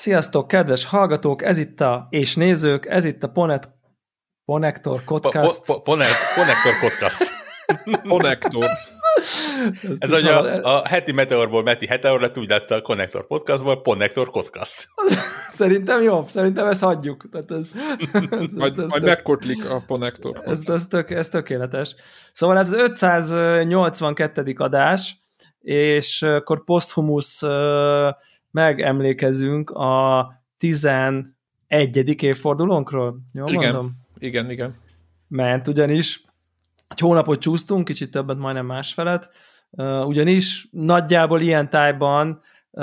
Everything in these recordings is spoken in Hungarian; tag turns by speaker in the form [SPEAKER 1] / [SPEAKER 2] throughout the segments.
[SPEAKER 1] Sziasztok, kedves hallgatók, ez itt és nézők, ez itt a Ponektor Podcast.
[SPEAKER 2] Ponektor Podcast.
[SPEAKER 3] Ponektor.
[SPEAKER 2] Ez a heti Meteorból Meti Heteor lett, úgy lett a Connector Podcastból Ponektor Podcast.
[SPEAKER 1] Szerintem jobb, szerintem ezt hagyjuk. Tehát
[SPEAKER 3] majd megkotlik a Ponektor
[SPEAKER 1] Podcast. Ez tökéletes. Szóval ez az 582. adás, és akkor poszthumusz megemlékezünk a 11. évfordulónkról. Jól mondom?
[SPEAKER 3] Igen.
[SPEAKER 1] Ment ugyanis, egy hónapot csúsztunk, kicsit többet, majdnem másfelet, ugyanis nagyjából ilyen tájban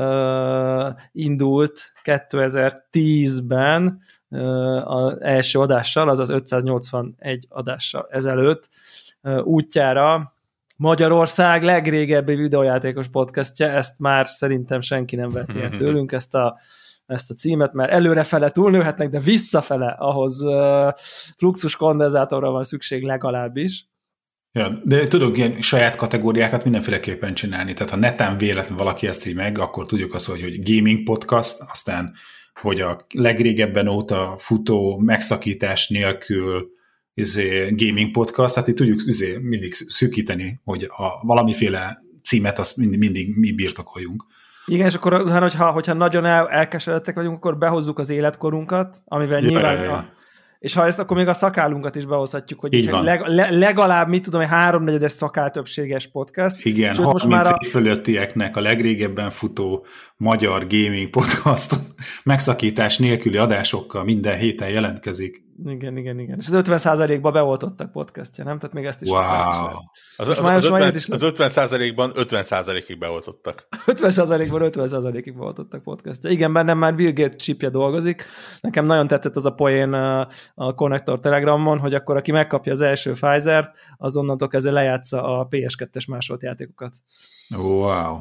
[SPEAKER 1] indult 2010-ben az első adással, azaz 581 adással ezelőtt útjára Magyarország legrégebbi videójátékos podcastja, ezt már szerintem senki nem vett el tőlünk, ezt a címet, mert előrefele túlnőhetnek, de visszafele ahhoz fluxus kondenzátorra van szükség legalábbis.
[SPEAKER 4] Ja, de tudok ilyen saját kategóriákat mindenféleképpen csinálni, tehát ha netán véletlenül valaki ezt így meg, akkor tudjuk azt, hogy gaming podcast, aztán, hogy a legrégebben óta futó megszakítás nélkül gaming podcast, tehát itt tudjuk mindig szűkíteni, hogy a valamiféle címet azt mindig mi birtokoljunk.
[SPEAKER 1] Igen, és akkor hogyha nagyon elkeseredtek vagyunk, akkor behozzuk az életkorunkat, amivel nyilván... És ha ezt, akkor még a szakállunkat is behozhatjuk, hogy legalább, mit tudom, egy 3/4 szakáltöbbséges podcast.
[SPEAKER 4] Igen, 30 év fölöttieknek a legrégebben futó magyar gaming podcast megszakítás nélküli adásokkal minden héten jelentkezik.
[SPEAKER 1] Igen. És az 50%-ba beoltottak podcastja, nem? Tehát még ezt is...
[SPEAKER 4] Wow!
[SPEAKER 2] Az 50%-ban 50%-ig beoltottak.
[SPEAKER 1] 50%-ban 50%-ig beoltottak podcastja. Igen, bennem már Bill Gates chipje dolgozik. Nekem nagyon tetszett az a poén a Connector Telegramon, hogy akkor aki megkapja az első Pfizer-t, azonnantól kezdve lejátsza a PS2-es másolt játékokat.
[SPEAKER 4] Wow!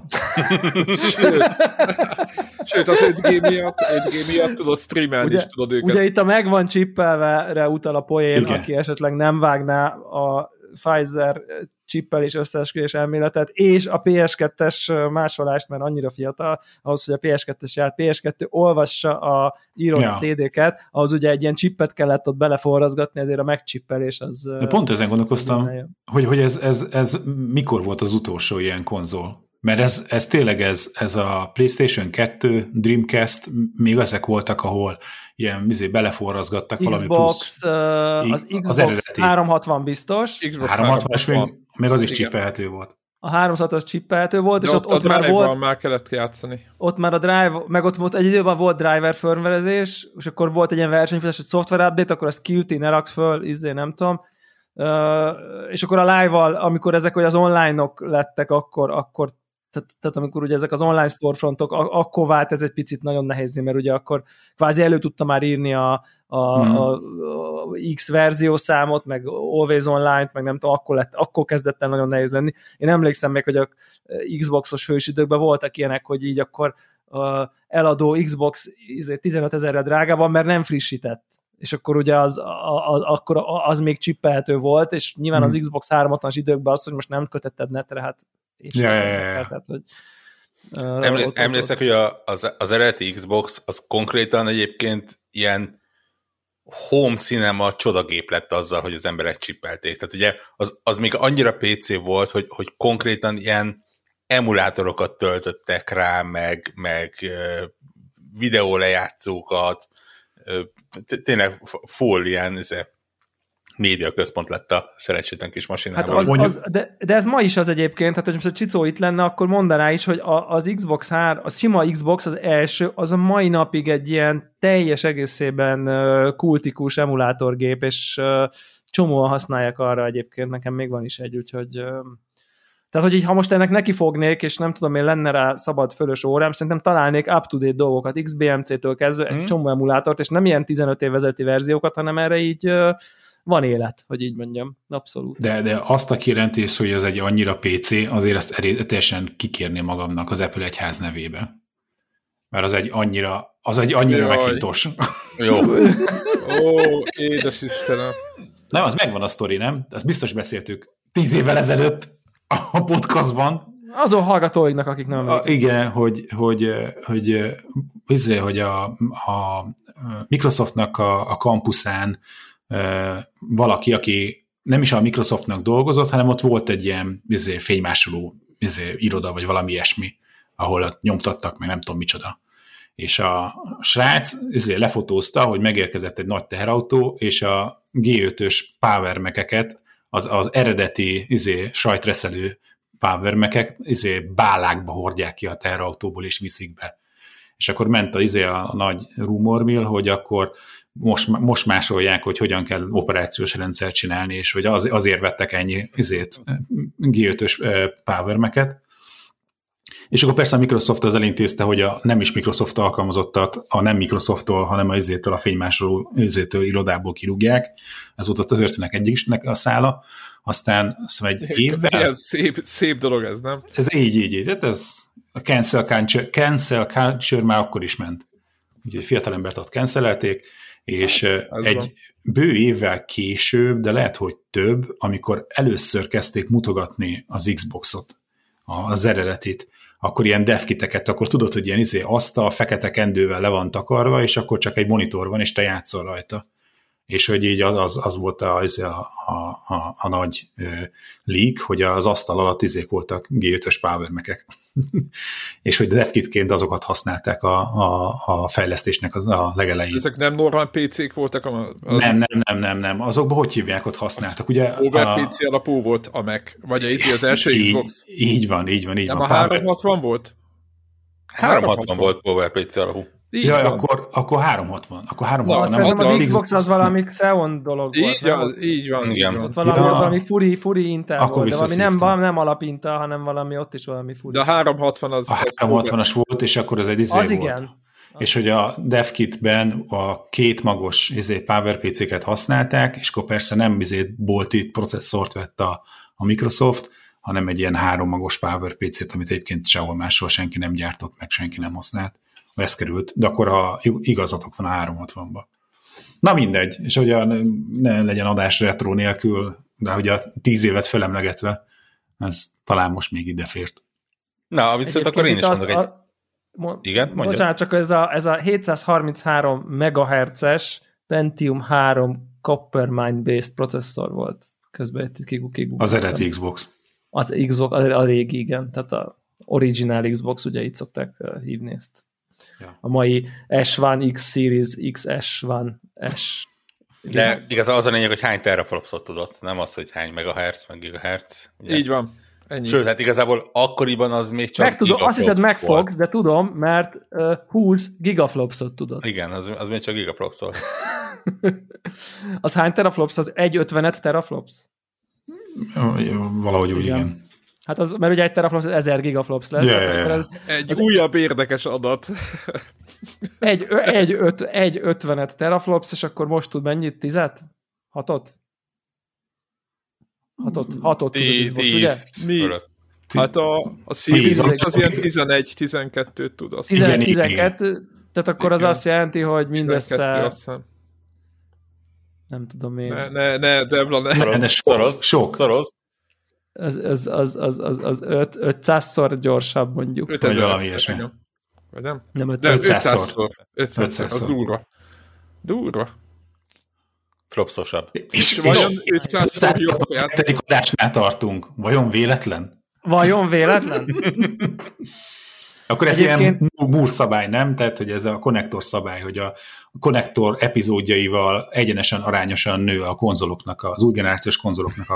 [SPEAKER 3] Sőt, az 5G miatt tudod streamelni is tudod őket.
[SPEAKER 1] Ugye itt a megvan csippelve utal a poén, igen. Aki esetleg nem vágná a Pfizer csippelés összeesküvés elméletet, és a PS2-es másolást, mert annyira fiatal, ahhoz, hogy a PS2 olvassa a írott CD-ket, ahhoz ugye egy ilyen csippet kellett ott beleforrazgatni, ezért a megcsippelés az...
[SPEAKER 4] De pont ezen gondolkoztam, hogy ez mikor volt az utolsó ilyen konzol? Mert ez tényleg ez a PlayStation 2, Dreamcast, még ezek voltak, ahol ilyen beleforrazgattak valami plusz.
[SPEAKER 1] Az Xbox 360 biztos.
[SPEAKER 4] Xbox 360, és még az is csippelhető volt.
[SPEAKER 1] A 360-as csippelhető volt, és ott
[SPEAKER 3] már volt... már kellett játszani.
[SPEAKER 1] Ott már a drive, meg ott volt egy időben volt driver firmwarezés, és akkor volt egy ilyen versenyfutás, hogy software update, akkor az Qt ne rakd föl, nem tudom. És akkor a live-val, amikor ezek az online-ok lettek, akkor tehát amikor ugye ezek az online storefrontok, akkor vált ez egy picit nagyon nehézé, mert ugye akkor kvázi elő tudta már írni a X verziószámot, meg Always Online-t, meg nem tudom, akkor kezdett el nagyon nehéz lenni. Én emlékszem még, hogy a Xboxos hősidőkben voltak ilyenek, hogy így akkor eladó Xbox 15 000-re drágában, mert nem frissített. És akkor ugye az még csippelhető volt, és nyilván az Xbox 360-as időkben az, hogy most nem kötetted netre, hát
[SPEAKER 2] Tehát, hogy, emlékszek, hogy az eredeti Xbox az konkrétan egyébként ilyen home cinema csodagép lett azzal, hogy az emberek csippelték. Tehát ugye az még annyira PC volt, hogy konkrétan ilyen emulátorokat töltöttek rá, meg videólejátszókat, tényleg full ilyen média központ lett a szerencsétlen kis masinával.
[SPEAKER 1] Hát de ez ma is az egyébként, tehát hogy most a Csicó itt lenne, akkor mondaná is, hogy az Xbox 3, a sima Xbox az első, az a mai napig egy ilyen teljes egészében kultikus emulátorgép, és csomóan használják arra egyébként, nekem még van is egy, úgyhogy... Tehát, hogy így, ha most ennek nekifognék, és nem tudom, én lenne rá szabad fölös órám, szerintem találnék up-to-date dolgokat, XBMC-től kezdve egy csomó emulátort, és nem ilyen 15 év ezelőtti verziókat, hanem erre így van élet, hogy így mondjam, abszolút.
[SPEAKER 4] De azt a kijelentés, hogy ez egy annyira PC, azért ezt teljesen kikérném magamnak az Apple egyház nevébe. Mert az egy annyira Macintosh.
[SPEAKER 2] Jó.
[SPEAKER 3] Ó, édes Istenem.
[SPEAKER 4] Nem, az megvan a sztori, nem? Azt biztos beszéltük 10 évvel ezelőtt a podcastban.
[SPEAKER 1] Azon hallgatóinknak, akik nem
[SPEAKER 4] igen, hogy a Microsoftnak a kampuszán valaki, aki nem is a Microsoftnak dolgozott, hanem ott volt egy ilyen fénymásoló iroda, vagy valami ilyesmi, ahol nyomtattak, meg nem tudom micsoda. És a srác lefotózta, hogy megérkezett egy nagy teherautó, és a G5-ös Power Mac-eket, az eredeti sajtreszelő Power Mac-ek bálákba hordják ki a teherautóból, és viszik be. És akkor ment a nagy rumor mill, hogy akkor most másolják, hogy hogyan kell operációs rendszert csinálni, és hogy azért vettek ennyi G5-ös Power Mac-et. És akkor persze a Microsoft az elintézte, hogy a nem is Microsoft alkalmazottat a nem Microsofttól, hanem a fénymásoló irodából kirúgják. Ez volt a történet egyiknek a szála. Aztán egy évvel...
[SPEAKER 3] Ez szép dolog ez, nem?
[SPEAKER 4] Ez így. Hát ez a cancel culture már akkor is ment. Ugye fiatalembert ott cancelelték, és egy bő évvel később, de lehet, hogy több, amikor először kezdték mutogatni az Xboxot, az eredetit, akkor ilyen devkiteket, akkor tudod, hogy ilyen asztal, fekete kendővel le van takarva, és akkor csak egy monitor van, és te játszol rajta. És hogy így az volt a nagy leak, hogy az asztal alatt voltak G5-ös Power Mac-ek. És hogy devkitként azokat használták a fejlesztésnek a legelején.
[SPEAKER 3] Ezek nem normál PC-k voltak?
[SPEAKER 4] Nem. Azokban hogy hívják, ott használtak? Ugye
[SPEAKER 3] Power PC alapú volt a Mac, vagy az első Xbox?
[SPEAKER 4] Így van.
[SPEAKER 3] Nem a 360 volt?
[SPEAKER 2] 360 volt Power PC alapú.
[SPEAKER 4] Akkor 360. Akkor 360.
[SPEAKER 1] Szerintem az Xbox az valami Xeon dolog volt.
[SPEAKER 3] Így van.
[SPEAKER 1] Ott valami furi Intel volt, de valami nem alap Intel, hanem valami ott is valami furi.
[SPEAKER 3] De a 360 az...
[SPEAKER 4] A 360-as volt, és akkor az egy
[SPEAKER 1] az
[SPEAKER 4] volt.
[SPEAKER 1] Igen.
[SPEAKER 4] És hogy a DevKit-ben a két magos Power PC-ket használták, és akkor persze nem bolti processzort vett a Microsoft, hanem egy ilyen 3 magos Power PC-t, amit egyébként sehol máshol senki nem gyártott, meg senki nem használt. Ez került, de akkor ha igazatok van a 360-ba. Na mindegy, és hogy ne legyen adás retro nélkül, de hogy a 10 évet felemlegetve, ez talán most még ide fért.
[SPEAKER 2] Na, viszont akkor én is mondok egy... Igen, mondja.
[SPEAKER 1] Bocsánat, csak ez a 733 MHz-es Pentium 3 Coppermine-based processzor volt. Közben egy
[SPEAKER 4] az eredeti Xbox.
[SPEAKER 1] Az Xbox, a régi, igen. Tehát a original Xbox, ugye itt szokták hívni ezt. Ja. A mai S1, X Series, XS1, S.
[SPEAKER 2] De igazán az a lényeg, hogy hány teraflopsot tudott, nem az, hogy hány megahertz, meg gigahertz.
[SPEAKER 3] Ugye? Így van. Ennyi.
[SPEAKER 2] Sőt, hát igazából akkoriban az még csak
[SPEAKER 1] gigaflops. Azt hiszed megfogsz, de tudom, mert 20 gigaflopsot tudott.
[SPEAKER 2] Igen, az még csak gigaflops volt.
[SPEAKER 1] Az hány teraflops? Az 1,50 teraflops?
[SPEAKER 4] Valahogy úgy, igen.
[SPEAKER 1] Hát az, mert ugye egy teraflops 1000 gigaflops lesz.
[SPEAKER 4] Yeah.
[SPEAKER 3] Egy újabb érdekes adat.
[SPEAKER 1] egy 50 teraflops, és akkor most tud mennyit? 10-et? 6-ot? 6-ot tud az Xbox, ugye?
[SPEAKER 3] Hát a Series az ilyen 11-12-t tud.
[SPEAKER 1] 12, tehát akkor az azt jelenti, hogy mindössze... Nem tudom én.
[SPEAKER 3] Ne, Debla, ne.
[SPEAKER 2] Szoros.
[SPEAKER 1] Az 500-szor gyorsabb, mondjuk.
[SPEAKER 3] 5000
[SPEAKER 4] valami ilyesmi.
[SPEAKER 3] Vagy nem?
[SPEAKER 1] Nem
[SPEAKER 3] 500-szor. 500-szor. Az durva.
[SPEAKER 2] Flopszosabb.
[SPEAKER 3] És vajon 500-szor jobb
[SPEAKER 4] játék? Adásnál tartunk. Vajon véletlen? Akkor ez ilyen Moore szabály, nem? Tehát, hogy ez a konnektor szabály, hogy a konnektor epizódjaival egyenesen, arányosan nő a konzoloknak, az új generációs konzoloknak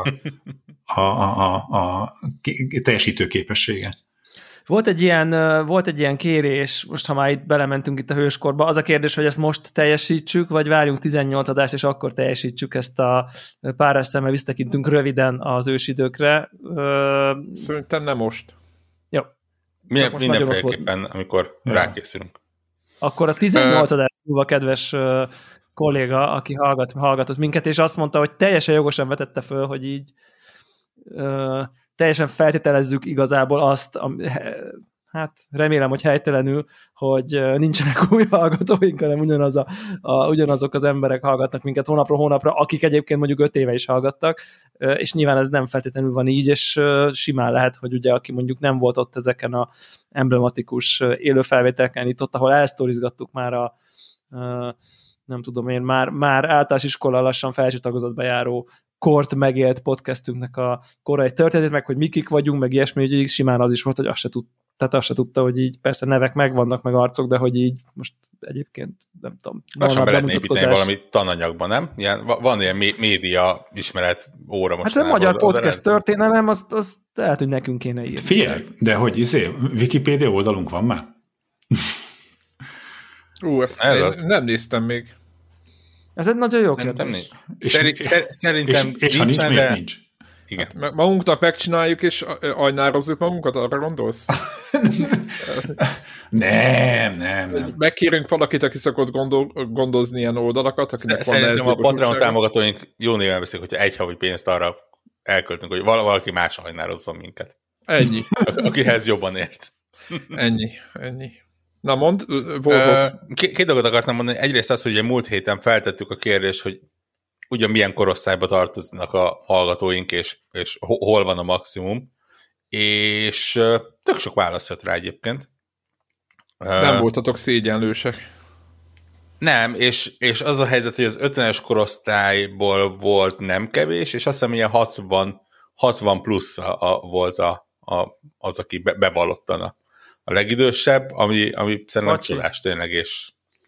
[SPEAKER 4] a teljesítő képessége.
[SPEAKER 1] Volt egy ilyen kérés, most ha már itt belementünk itt a hőskorba, az a kérdés, hogy ezt most teljesítsük, vagy várjunk 18 adást, és akkor teljesítsük ezt a pár szemmel visszatekintünk röviden az ősidőkre.
[SPEAKER 3] Szerintem nem most.
[SPEAKER 1] Jó.
[SPEAKER 2] Mindenféleképpen, amikor rákészülünk.
[SPEAKER 1] Akkor a 18 adás múlva kedves kolléga, aki hallgatott minket, és azt mondta, hogy teljesen jogosan vetette föl, hogy így teljesen feltételezzük igazából azt, hát remélem, hogy helytelenül, hogy nincsenek új hallgatóink, hanem ugyanazok az emberek hallgatnak minket hónapról hónapra, akik egyébként mondjuk 5 éve is hallgattak, és nyilván ez nem feltétlenül van így, és simán lehet, hogy ugye aki mondjuk nem volt ott ezeken a emblematikus élőfelvételken itt ott, ahol elsztorizgattuk már nem tudom én, már általános iskola lassan felső tagozatba járó kort megélt podcastünknek a korai történet, meg hogy mikik vagyunk, meg ilyesmi, hogy így simán az is volt, hogy azt se tudta, hogy így persze nevek megvannak, meg arcok, de hogy így most egyébként nem tudom.
[SPEAKER 2] Lassan be lehetne építeni valami tananyagban, nem? Van ilyen média ismeret óra most.
[SPEAKER 1] Hát ez a magyar podcast történelem, azt lehet, hogy nekünk kéne írni.
[SPEAKER 4] Figyelj, de hogy Wikipédia oldalunk van már?
[SPEAKER 3] Ezt nem néztem még.
[SPEAKER 1] Ez egy nagyon jó kérdés.
[SPEAKER 2] Szerintem
[SPEAKER 4] és ha nincs, miért nincs?
[SPEAKER 2] Igen.
[SPEAKER 3] Hát, magunknak megcsináljuk, és ajnározzuk magunkat, arra gondolsz?
[SPEAKER 4] Nem.
[SPEAKER 3] Megkérünk valakit, aki szokott gondozni ilyen oldalakat.
[SPEAKER 2] Szerintem a Patreon támogatóink jó néven veszik, hogyha egy havi pénzt arra elköltünk, hogy valaki más ajnározzon minket.
[SPEAKER 3] Ennyi.
[SPEAKER 2] Akihez jobban ért.
[SPEAKER 3] Ennyi. Na mondd,
[SPEAKER 2] két dolgot akartam mondani. Egyrészt az, hogy ugye múlt héten feltettük a kérdést, hogy ugyan milyen korosztályba tartoznak a hallgatóink, és hol van a maximum, és tök sok válasz jött rá egyébként.
[SPEAKER 3] Nem voltatok szégyenlősek.
[SPEAKER 2] Nem, és az a helyzet, hogy az 50-es korosztályból volt nem kevés, és azt hiszem, ilyen 60 plusz volt az, aki bevallottan a legidősebb, ami szerintem csodás tényleg, és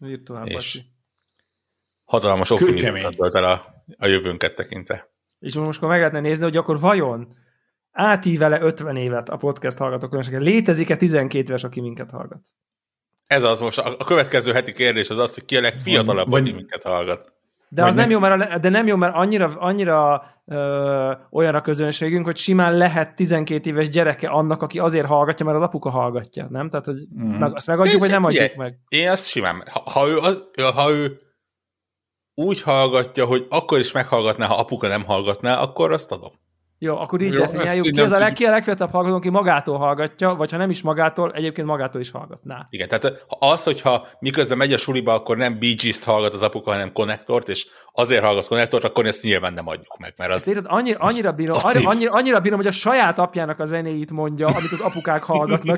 [SPEAKER 2] hatalmas optimizmusat tölt el a jövőnket tekintve.
[SPEAKER 1] És most meg lehetne nézni, hogy akkor vajon átível-e 50 évet a podcast hallgatók, létezik-e 12 éves, aki minket hallgat?
[SPEAKER 2] Ez az most. A következő heti kérdés az, hogy ki a legfiatalabb, aki minket hallgat.
[SPEAKER 1] De az nem jó, mert annyira olyan a közönségünk, hogy simán lehet 12 éves gyereke annak, aki azért hallgatja, mert az apuka hallgatja, nem? Tehát, hogy azt megadjuk, vagy nem adjuk meg?
[SPEAKER 2] Én azt simán. Ha ő úgy hallgatja, hogy akkor is meghallgatná, ha apuka nem hallgatná, akkor azt adom.
[SPEAKER 1] Jó, akkor így definiáljuk. Ki a legfiatalabb hallgató, aki magától hallgatja, vagy ha nem is magától, egyébként magától is hallgatná.
[SPEAKER 2] Igen, tehát az, hogyha miközben megy a suliba, akkor nem Bee Gees-t hallgat az apuka, hanem Konnektort, és azért hallgat Konnektort, akkor ezt nyilván nem adjuk meg. Mert az,
[SPEAKER 1] érted, annyira bírom, hogy a saját apjának a zenéit mondja, amit az apukák hallgatnak.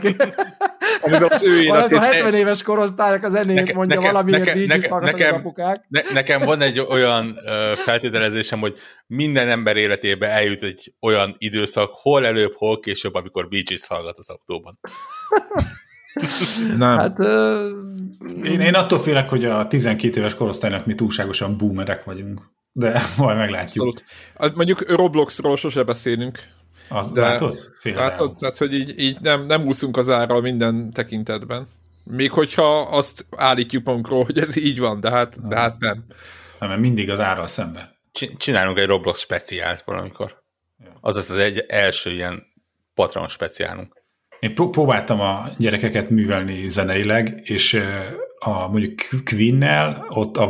[SPEAKER 1] A 70 éves korosztálynak a zenéjét mondja valamiért Bee Gees-t hallgatnak az apukák.
[SPEAKER 2] Nekem van egy olyan feltételezésem, hogy minden ember életében eljut egy olyan időszak, hol előbb, hol később, amikor Bee Gees hallgat az autóban.
[SPEAKER 4] Nem. Hát, én attól félek, hogy a 12 éves korosztálynak mi túlságosan boomerek vagyunk. De majd meglátjuk.
[SPEAKER 3] Abszolút. Mondjuk Robloxról sose beszélünk.
[SPEAKER 4] Látod?
[SPEAKER 3] Tehát, hogy így nem úszunk az árral minden tekintetben. Még hogyha azt állítjuk magunkról, hogy ez így van, de hát nem.
[SPEAKER 4] Nem, mert mindig az árral szembe.
[SPEAKER 2] Csinálunk egy Roblox speciált valamikor. Az lesz az első ilyen Patreon speciálunk.
[SPEAKER 4] Én próbáltam a gyerekeket művelni zeneileg, és mondjuk Queen-nel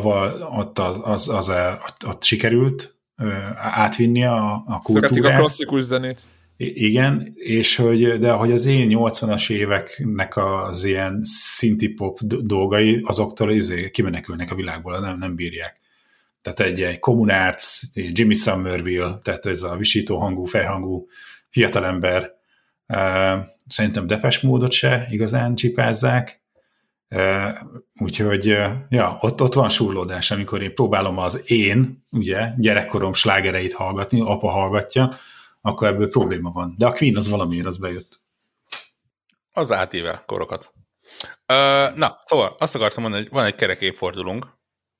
[SPEAKER 4] ott sikerült átvinni a kultúrát.
[SPEAKER 3] Szeretik a klasszikus zenét.
[SPEAKER 4] Igen, de hogy az én 80-as éveknek az ilyen szinti-pop dolgai, azoktól kimenekülnek a világból, nem bírják. Tehát egy Common Arts, Jimmy Somerville, tehát ez a visító hangú, fejhangú fiatalember. Szerintem Depeche Mode-ot se igazán csipázzák. Úgyhogy ott van surlódás, amikor én próbálom ugye, gyerekkorom slágereit hallgatni, apa hallgatja, akkor ebből probléma van. De a Queen az valamiért, az bejött.
[SPEAKER 2] Az átível korokat. Na, szóval azt akartam mondani, hogy van egy kerek évfordulónk,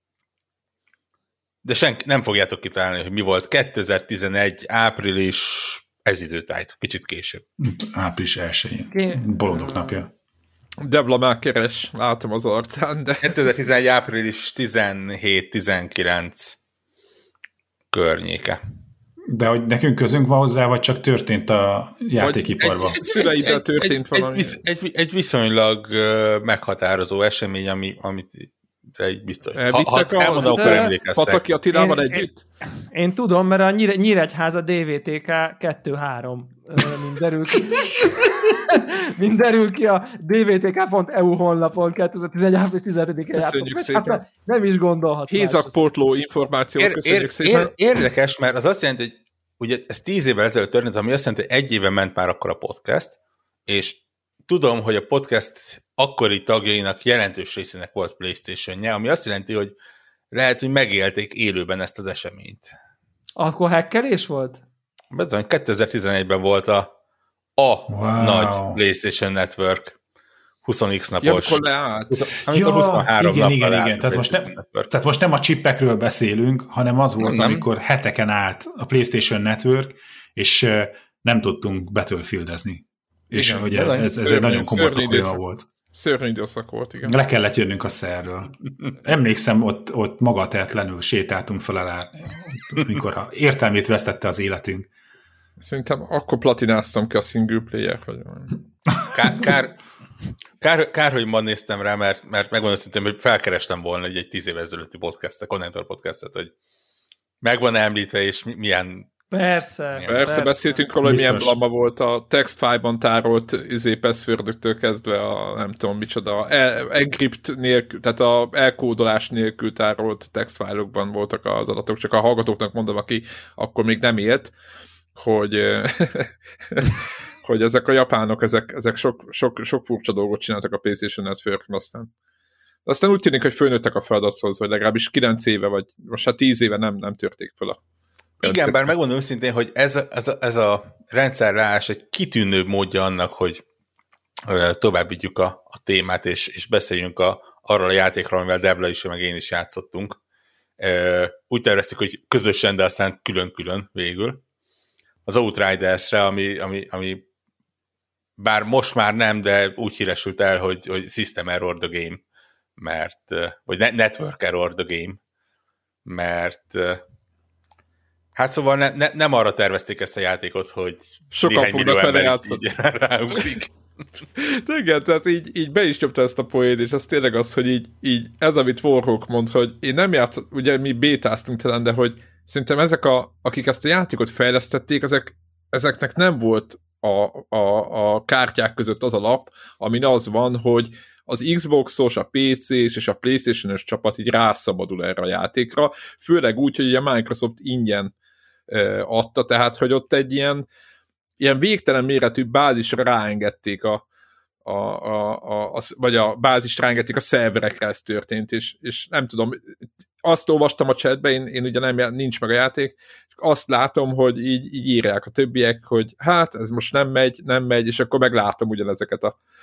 [SPEAKER 2] de senki nem fogjátok kitalálni, hogy mi volt 2011. április ez időtájt, kicsit később.
[SPEAKER 4] Április 1-én. Bolondok napja.
[SPEAKER 3] Debla már keres, látom az arcán, de...
[SPEAKER 2] 2011. április 17-19 környéke.
[SPEAKER 4] De hogy nekünk közünk van hozzá, vagy csak történt a játékiparban?
[SPEAKER 3] Szüleiben történt valami.
[SPEAKER 2] Egy viszonylag meghatározó esemény, amit egy biztos.
[SPEAKER 3] Elmondom, akkor emlékeztek. Pataki Attilával együtt?
[SPEAKER 1] Én tudom, mert a Nyíregyháza DVTK 2-3 mind derül ki. Mind derül ki a dvtk.eu honlapon 2011. április 17-én
[SPEAKER 3] Köszönjük szépen.
[SPEAKER 1] Hát nem is gondolhatsz.
[SPEAKER 3] Hézagportló információt, köszönjük szépen.
[SPEAKER 2] Érdekes, mert az azt jelenti, hogy ugye ez 10 évvel ezelőtt történt, ami azt jelenti, hogy 1 éve ment már akkor a podcast, és tudom, hogy a podcast akkori tagjainak jelentős részének volt PlayStation-je, ami azt jelenti, hogy lehet, hogy megélték élőben ezt az eseményt.
[SPEAKER 1] Akkor hackelés volt?
[SPEAKER 2] Bizony, 2011-ben volt a nagy PlayStation Network 20x napos.
[SPEAKER 3] Amikor
[SPEAKER 2] 23
[SPEAKER 4] igen. Tehát most nem a chipekről beszélünk, hanem az volt, amikor heteken állt a PlayStation Network, és nem tudtunk Battlefieldezni. És hogy ez egy nagyon komoly probléma volt.
[SPEAKER 3] Szörnyű időszak volt, igen.
[SPEAKER 4] Le kellett jönnünk a szerről. Emlékszem, ott magatehetlenül sétáltunk fel alá, amikor értelmét vesztette az életünk.
[SPEAKER 3] Szerintem akkor platináztam ki a single player, vagy
[SPEAKER 2] Kár, hogy ma néztem rá, mert megmondom szintén, hogy felkerestem volna egy 10 évvel ezelőtti podcastet, Connector podcastet, hogy megvan említve, és milyen...
[SPEAKER 3] Persze, beszéltünk róla, hogy milyen blama volt a textfile-ban tárolt passwordöktől kezdve a nem tudom micsoda, encrypt nélkül, tehát a elkódolás nélkül tárolt textfile-okban voltak az adatok, csak a hallgatóknak mondom, aki akkor még nem élt, hogy ezek a japánok, ezek sok furcsa dolgot csináltak a PlayStation Network-en aztán úgy tűnik, hogy fölnőttek a feladathoz, vagy legalábbis 9 éve, vagy most 10 éve nem törték fel a
[SPEAKER 2] igen, bár megmondom őszintén, hogy ez a rendszerreállás egy kitűnő módja annak, hogy tovább vigyük a témát, és beszéljünk arról a játékról, amivel Debla is, meg én is játszottunk. Úgy terveztük, hogy közösen, de aztán külön-külön végül. Az Outriders-re, ami bár most már nem, de úgy híresült el, hogy System Error the Game, vagy Network Error the Game, mert hát szóval nem arra tervezték ezt a játékot, hogy
[SPEAKER 3] sokan fognak vele játszani. De igen, tehát így be is nyomta ezt a poént, és az tényleg az, hogy így ez, amit Warhawk mond, hogy én nem játszottam, ugye mi bétáztunk talán, de hogy szerintem ezek akik ezt a játékot fejlesztették, ezeknek nem volt a kártyák között az a lap, amin az van, hogy az Xbox-os, a PC-s és a PlayStation-ös csapat így rászabadul erre a játékra, főleg úgy, hogy a Microsoft ingyen adta, tehát, hogy ott egy ilyen végtelen méretű bázisra ráengedték vagy a bázist ráengedték a szerverekre, ez történt, és nem tudom, azt olvastam a chatben, én ugye nincs meg a játék, és azt látom, hogy így írják a többiek, hogy hát ez most nem megy, és akkor meglátom ugyanezeket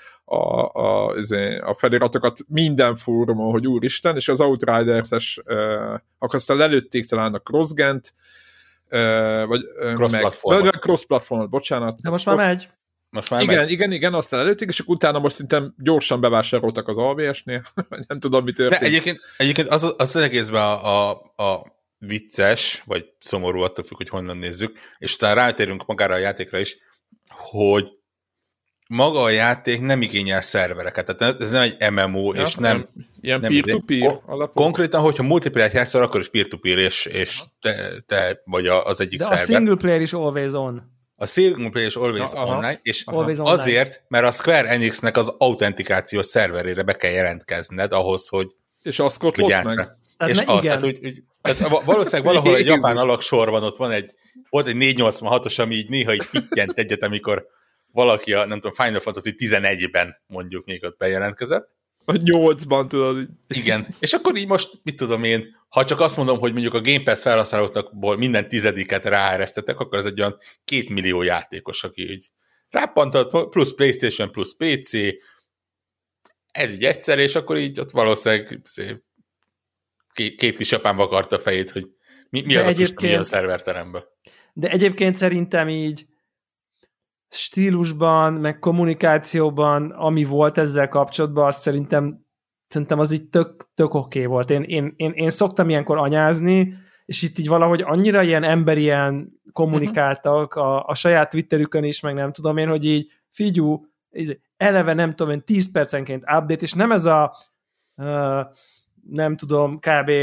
[SPEAKER 3] a feliratokat minden fórumon, hogy úristen, és az Outriders-es akkor aztán lelőtték talán a CrossGen-t, vagy cross-platformot, bocsánat.
[SPEAKER 1] De most már megy.
[SPEAKER 3] Igen, aztán előtték, és akkor utána most szerintem gyorsan bevásároltak az AVS-nél, nem tudom, mi történt.
[SPEAKER 2] De egyébként az egészben a vicces, vagy szomorú, attól függ, hogy honnan nézzük, és utána rátérünk magára a játékra is, hogy maga a játék nem igényel szervereket, tehát ez nem egy MMO, és nem...
[SPEAKER 3] Ilyen peer-to-peer alapú?
[SPEAKER 2] Konkrétan, hogyha multiplayer játszol, akkor is peer-to-peer, és te vagy az egyik szerver.
[SPEAKER 1] De a single player is always on.
[SPEAKER 2] A single player is always online, és azért, mert a Square Enixnek az autentikációs szerverére be kell jelentkezned ahhoz, hogy...
[SPEAKER 3] És azt kotlott meg?
[SPEAKER 2] És azt, tehát valószínűleg valahol egy japán alaksorban ott volt egy 486-os, ami így néha így pittyent egyet, amikor valaki a, nem tudom, Final Fantasy 11-ben mondjuk még ott bejelentkezett.
[SPEAKER 3] A 8-ban tudod.
[SPEAKER 2] Igen, és akkor így most, mit tudom én, ha csak azt mondom, hogy mondjuk a Game Pass felhasználókból minden 10-et ráeresztettek, akkor ez egy olyan 2 millió játékos, aki így ráppantott, plusz PlayStation, plusz PC, ez így egyszer, és akkor így ott valószínűleg két kis japán vakarta a fejét, hogy mi az a füst, mi a szerverteremben.
[SPEAKER 1] De egyébként szerintem így stílusban, meg kommunikációban, ami volt ezzel kapcsolatban, azt szerintem az így tök oké volt. Én szoktam ilyenkor anyázni, és itt így valahogy annyira ilyen emberien kommunikáltak a saját Twitterükön is, meg nem tudom én, hogy így figyú, eleve nem tudom én 10 percenként update, és nem ez a nem tudom, kb.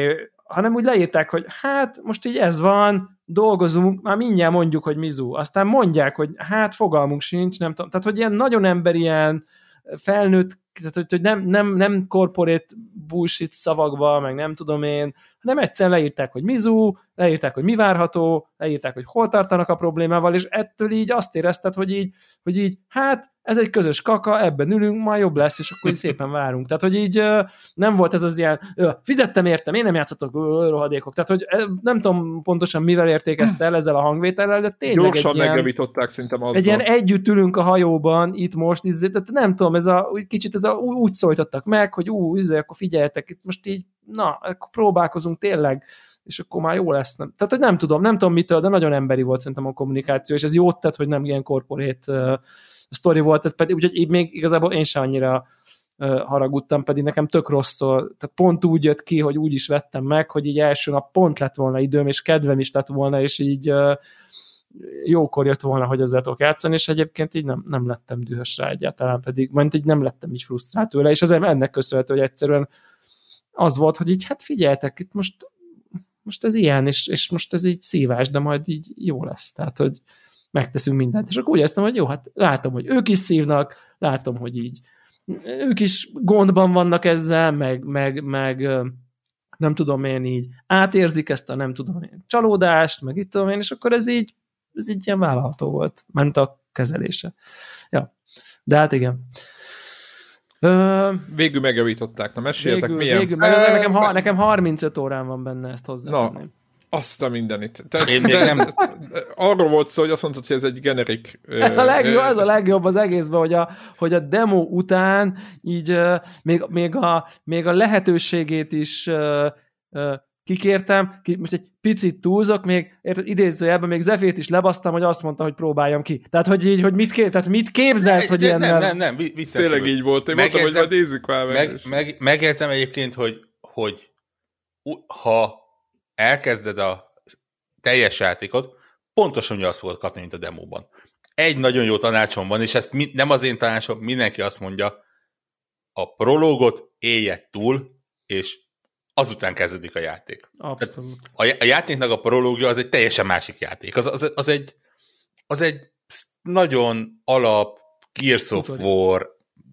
[SPEAKER 1] hanem úgy leírták, hogy hát most így ez van, dolgozunk, már mindjárt mondjuk, hogy mizu. Aztán mondják, hogy hát fogalmunk sincs, nem tudom. Tehát, hogy ilyen nagyon ember, ilyen felnőtt, tehát, hogy nem corporate bullshit szavakba, meg nem tudom én, hanem egyszerűen leírták, hogy mizu, leírták, hogy mi várható, leírták, hogy hol tartanak a problémával, és ettől így azt érezted, hogy így hát ez egy közös kaka, ebben ülünk, majd jobb lesz, és akkor így szépen várunk. Tehát, hogy így nem volt ez az ilyen, fizettem értem, én nem játszatok rohadékok. Tehát, hogy nem tudom pontosan mivel értékezte el ezzel a hangvétellel, de tényleg
[SPEAKER 3] gyorsan megjavították szerintem azzal.
[SPEAKER 1] Egy ilyen együtt ülünk a hajóban, itt most, tehát nem tudom, kicsit úgy szólítottak meg, hogy akkor figyeljetek, itt most így, akkor próbálkozunk tényleg, és akkor már jó lesz. Tehát, hogy nem tudom mitől, de nagyon emberi volt szerintem a kommunikáció, és ez jót tett, hogy nem ilyen corporate sztori volt, ez pedig, úgyhogy még igazából én sem annyira haragudtam, pedig nekem tök rosszul, tehát pont úgy jött ki, hogy úgy is vettem meg, hogy így első nap pont lett volna időm, és kedvem is lett volna, és így jókor jött volna, hogy ezzel tudok játszani, és egyébként így nem lettem dühös rá egyáltalán, pedig majd így nem lettem így frusztrált tőle, és ez ennek köszönhető, hogy egyszerűen az volt, hogy így hát figyeljetek, itt most ez ilyen, és most ez így szívás, de majd így jó lesz, tehát, hogy megteszünk mindent. És akkor úgy éreztem, hogy jó, hát látom, hogy ők is szívnak, látom, hogy így ők is gondban vannak ezzel, meg nem tudom én így átérzik ezt a nem tudom én csalódást, meg itt tudom én, és akkor ez így ilyen vállalható volt, ment a kezelése. Ja, de hát igen.
[SPEAKER 3] Végül megjavították, na meséljetek milyen?
[SPEAKER 1] Végül nekem 35 órán van benne, ezt hozzátenném.
[SPEAKER 3] Azt a mindenit. Tehát, arról volt szó, hogy azt mondtad, hogy ez egy generik...
[SPEAKER 1] Ez a legjobb az egészben, hogy a demo után így még a lehetőségét is kikértem, most egy picit túlzok, még idézőjelben még Zefét is lebasztam, hogy azt mondta, hogy próbáljam ki. Tehát, hogy így, hogy mit képzelsz, hogy ilyen...
[SPEAKER 3] Nem, tényleg így volt. Én mondtam, hogy majd nézzük már
[SPEAKER 2] megjegyzem egyébként, hogy ha elkezded a teljes játékot, pontosan ugyanazt fogod kapni, mint a demóban. Egy nagyon jó tanácsom van, és ezt nem az én tanácsom, mindenki azt mondja, a prológot élje túl, és azután kezdődik a játék.
[SPEAKER 1] Abszolút.
[SPEAKER 2] A játéknak a prológia az egy teljesen másik játék. Az egy nagyon alap Gears of War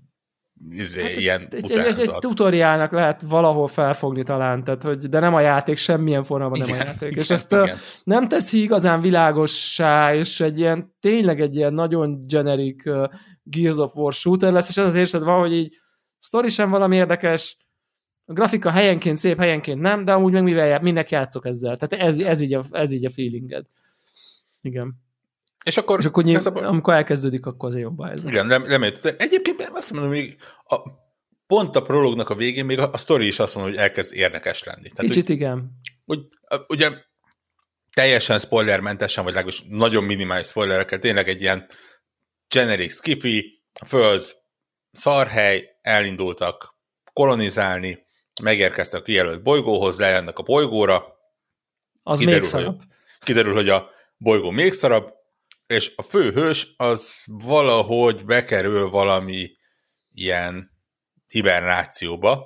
[SPEAKER 2] ilyen utánzat.
[SPEAKER 1] Egy tutoriálnak lehet valahol felfogni talán, tehát, de nem a játék, semmilyen formában nem a játék. És ezt nem teszi igazán világossá, és tényleg egy ilyen nagyon generic Gears of War shooter lesz, és ez az érzed van, hogy így sztori sem valami érdekes, a grafika helyenként szép, helyenként nem, de amúgy meg minek játszok ezzel. Tehát ez így a feelinged. Igen.
[SPEAKER 2] És akkor
[SPEAKER 1] amikor elkezdődik, akkor azért jobb a helyzet.
[SPEAKER 2] Igen, nem egyébként azt mondom, hogy pont a prológnak a végén még a sztori is azt mondja, hogy elkezd érdekes lenni. Tehát,
[SPEAKER 1] kicsit igen.
[SPEAKER 2] Ugye teljesen spoilermentesen, vagy legalábbis nagyon minimális spoilerekkel, tényleg egy ilyen generic skifi, a föld szarhely, elindultak kolonizálni, megérkeztek a kijelölt bolygóhoz, lejönnek a bolygóra.
[SPEAKER 1] Az még szarabb.
[SPEAKER 2] Kiderül, hogy a bolygó még szarabb, és a főhős az valahogy bekerül valami ilyen hibernációba.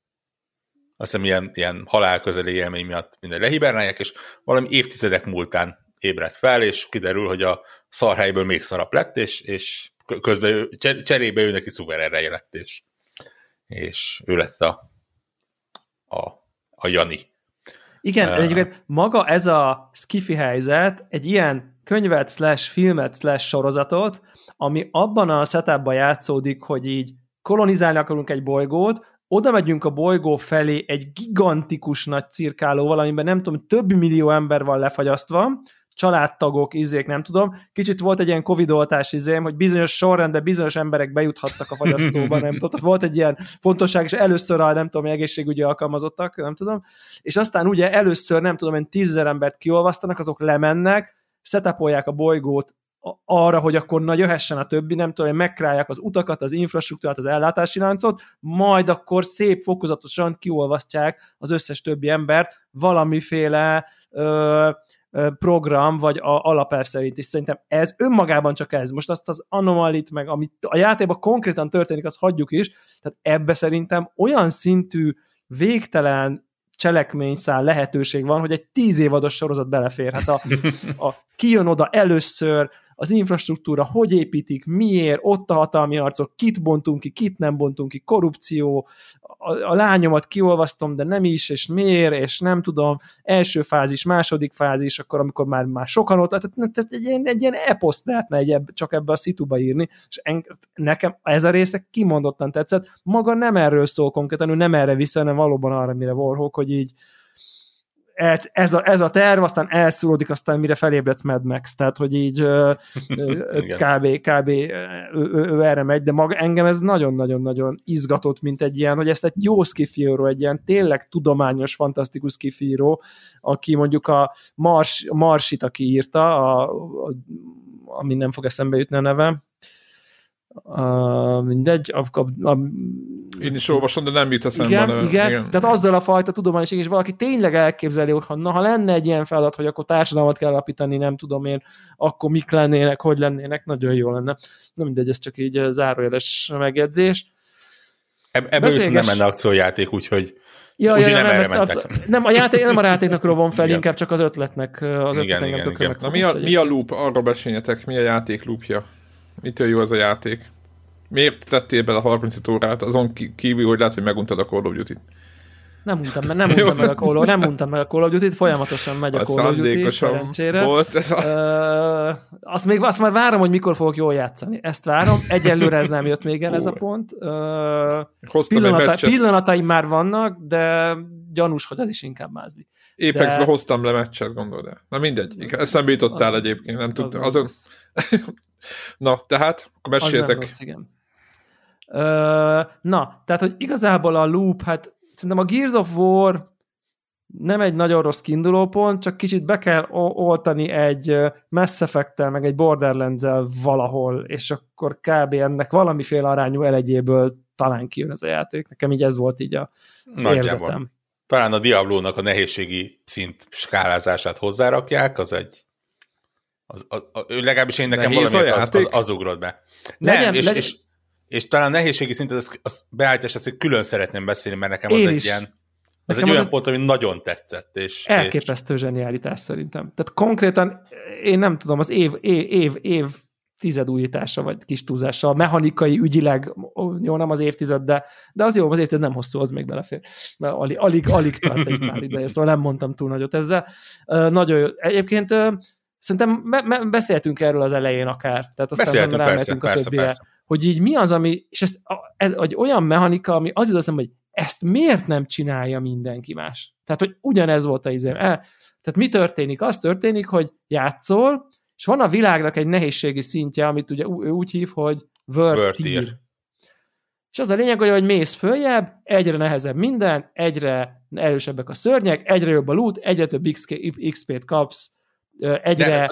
[SPEAKER 2] Azt hiszem ilyen halálközeli élmény miatt minden lehibernálják, és valami évtizedek múltán ébredt fel, és kiderül, hogy a szarhelyből még szarabb lett, és közben cserébe ő neki szuverén ereje lett, és ő lett a Jani.
[SPEAKER 1] Igen, egyébként maga ez a skifi helyzet egy ilyen könyvet, filmet, sorozatot, ami abban a setupban játszódik, hogy így kolonizálni akarunk egy bolygót, oda megyünk a bolygó felé egy gigantikus nagy cirkálóval, amiben nem tudom, több millió ember van lefagyasztva, családtagok, nem tudom. Kicsit volt egy ilyen Covid-oltás hogy bizonyos sorrendben bizonyos emberek bejuthattak a fagyasztóba, nem tudom. Tehát volt egy ilyen fontosság, és először a nem tudom, egészségügyi alkalmazottak, nem tudom. És aztán ugye először nem tudom, 10 000 embert kiolvasztanak, azok lemennek, setupolják a bolygót arra, hogy akkor jöhessen a többi, nem tudom, megkrálják az utakat, az infrastruktúrát, az ellátási láncot, majd akkor szép fokozatosan kiolvasztják az összes többi embert valamiféle program, vagy alapelv szerint is. Szerintem ez önmagában csak ez. Most azt az anomalit, meg amit a játékban konkrétan történik, azt hagyjuk is. Tehát ebbe szerintem olyan szintű végtelen cselekményszál lehetőség van, hogy egy 10 évados sorozat belefér. Hát ki jön oda először, az infrastruktúra, hogy építik, miért, ott a hatalmi harcok, kit bontunk ki, kit nem bontunk ki, korrupció, a lányomat kiolvasztom, de nem is, és miért, és nem tudom, első fázis, második fázis, akkor amikor már sokan ott, tehát egy ilyen eposzt lehetne csak ebbe a szituba írni, és nekem ez a része kimondottan tetszett, maga nem erről szól konkrétan, nem erre vissza, hanem valóban arra, mire Warhawk, hogy így ez a terv, aztán elszúródik, aztán mire felébredsz Mad Max, tehát hogy így kb. Ő erre megy, de maga engem ez nagyon-nagyon-nagyon izgatott, mint egy ilyen, hogy ezt egy jó skifi-író, egy ilyen tényleg tudományos, fantasztikus skifi-író, aki mondjuk a Marsit, aki írta, ami nem fog eszembe jutni a neve, mindegy.
[SPEAKER 3] Én is olvasom, de nem jut eszembe.
[SPEAKER 1] Igen. Tehát azzal a fajta tudományos, és valaki tényleg elképzeli, hogy ha lenne egy ilyen feladat, hogy akkor társadalmat kell alapítani, nem tudom én, akkor mik lennének, hogy lennének, nagyon jó lenne. Na mindegy, ez csak így zárójeles megjegyzés.
[SPEAKER 2] Ebből nem menne akciójáték, úgyhogy
[SPEAKER 1] nem erre mentek. Nem a játéknak rovom fel, inkább csak az ötletnek.
[SPEAKER 3] Igen. Na mi a loop? Arra beszéljetek, mi a játék loopja? Mitől jó az a játék? Miért tettél bele 35 órát? Azon kívül, hogy lehet, hogy meguntad a Call of Duty-t.
[SPEAKER 1] Nem untam meg a Call of Duty-t, folyamatosan megy a Call of Duty, szerencsére.
[SPEAKER 3] Volt ez
[SPEAKER 1] azt már várom, hogy mikor fogok jól játszani. Ezt várom. Egyelőre ez nem jött még el, ez a pont. Pillanataim már vannak, de gyanús, hogy az is inkább mázli.
[SPEAKER 3] Apexbe hoztam le meccset, gondolod el. Na mindegy. Eszembe jutottál egyébként. Nem tudtam. Azon... Na, tehát, akkor meséljetek.
[SPEAKER 1] Na, tehát, hogy igazából a loop, hát szerintem a Gears of War nem egy nagyon rossz kiindulópont, csak kicsit be kell oltani egy Mass Effect-tel, meg egy Borderlands-el valahol, és akkor kb. Ennek valamiféle arányú elegyéből talán kijön ez a játék. Nekem így ez volt így az érzetem.
[SPEAKER 2] Talán a Diablónak a nehézségi szint skálázását hozzárakják, az egy legalábbis én nekem valamiért az ugrott be. És talán a nehézségi szintet az beállítás, ezt külön szeretném beszélni, mert nekem az egy ilyen ez egy olyan pont, ami nagyon tetszett.
[SPEAKER 1] Elképesztő zsenialitás szerintem. Tehát konkrétan én nem tudom, az év tized újítása, vagy kis túlzása, mechanikai, ügyileg, jó, nem az évtized, de az jó, az évtized nem hosszú, az még belefér. Mert alig tart egy pár ideje, szóval nem mondtam túl nagyot ezzel. Nagyon jó. Egyébként szerintem beszéltünk erről az elején akár. Tehát
[SPEAKER 2] beszéltünk, persze.
[SPEAKER 1] Hogy így mi az, ami, és ez egy olyan mechanika, ami az hiszem, hogy ezt miért nem csinálja mindenki más? Tehát, hogy ugyanez volt a izém. Tehát mi történik? Az történik, hogy játszol, és van a világnak egy nehézségi szintje, amit ugye úgy hív, hogy World Tier. És az a lényeg, hogy mész följebb, egyre nehezebb minden, egyre erősebbek a szörnyek, egyre jobb a loot, egyre több XP-t kapsz, egyre...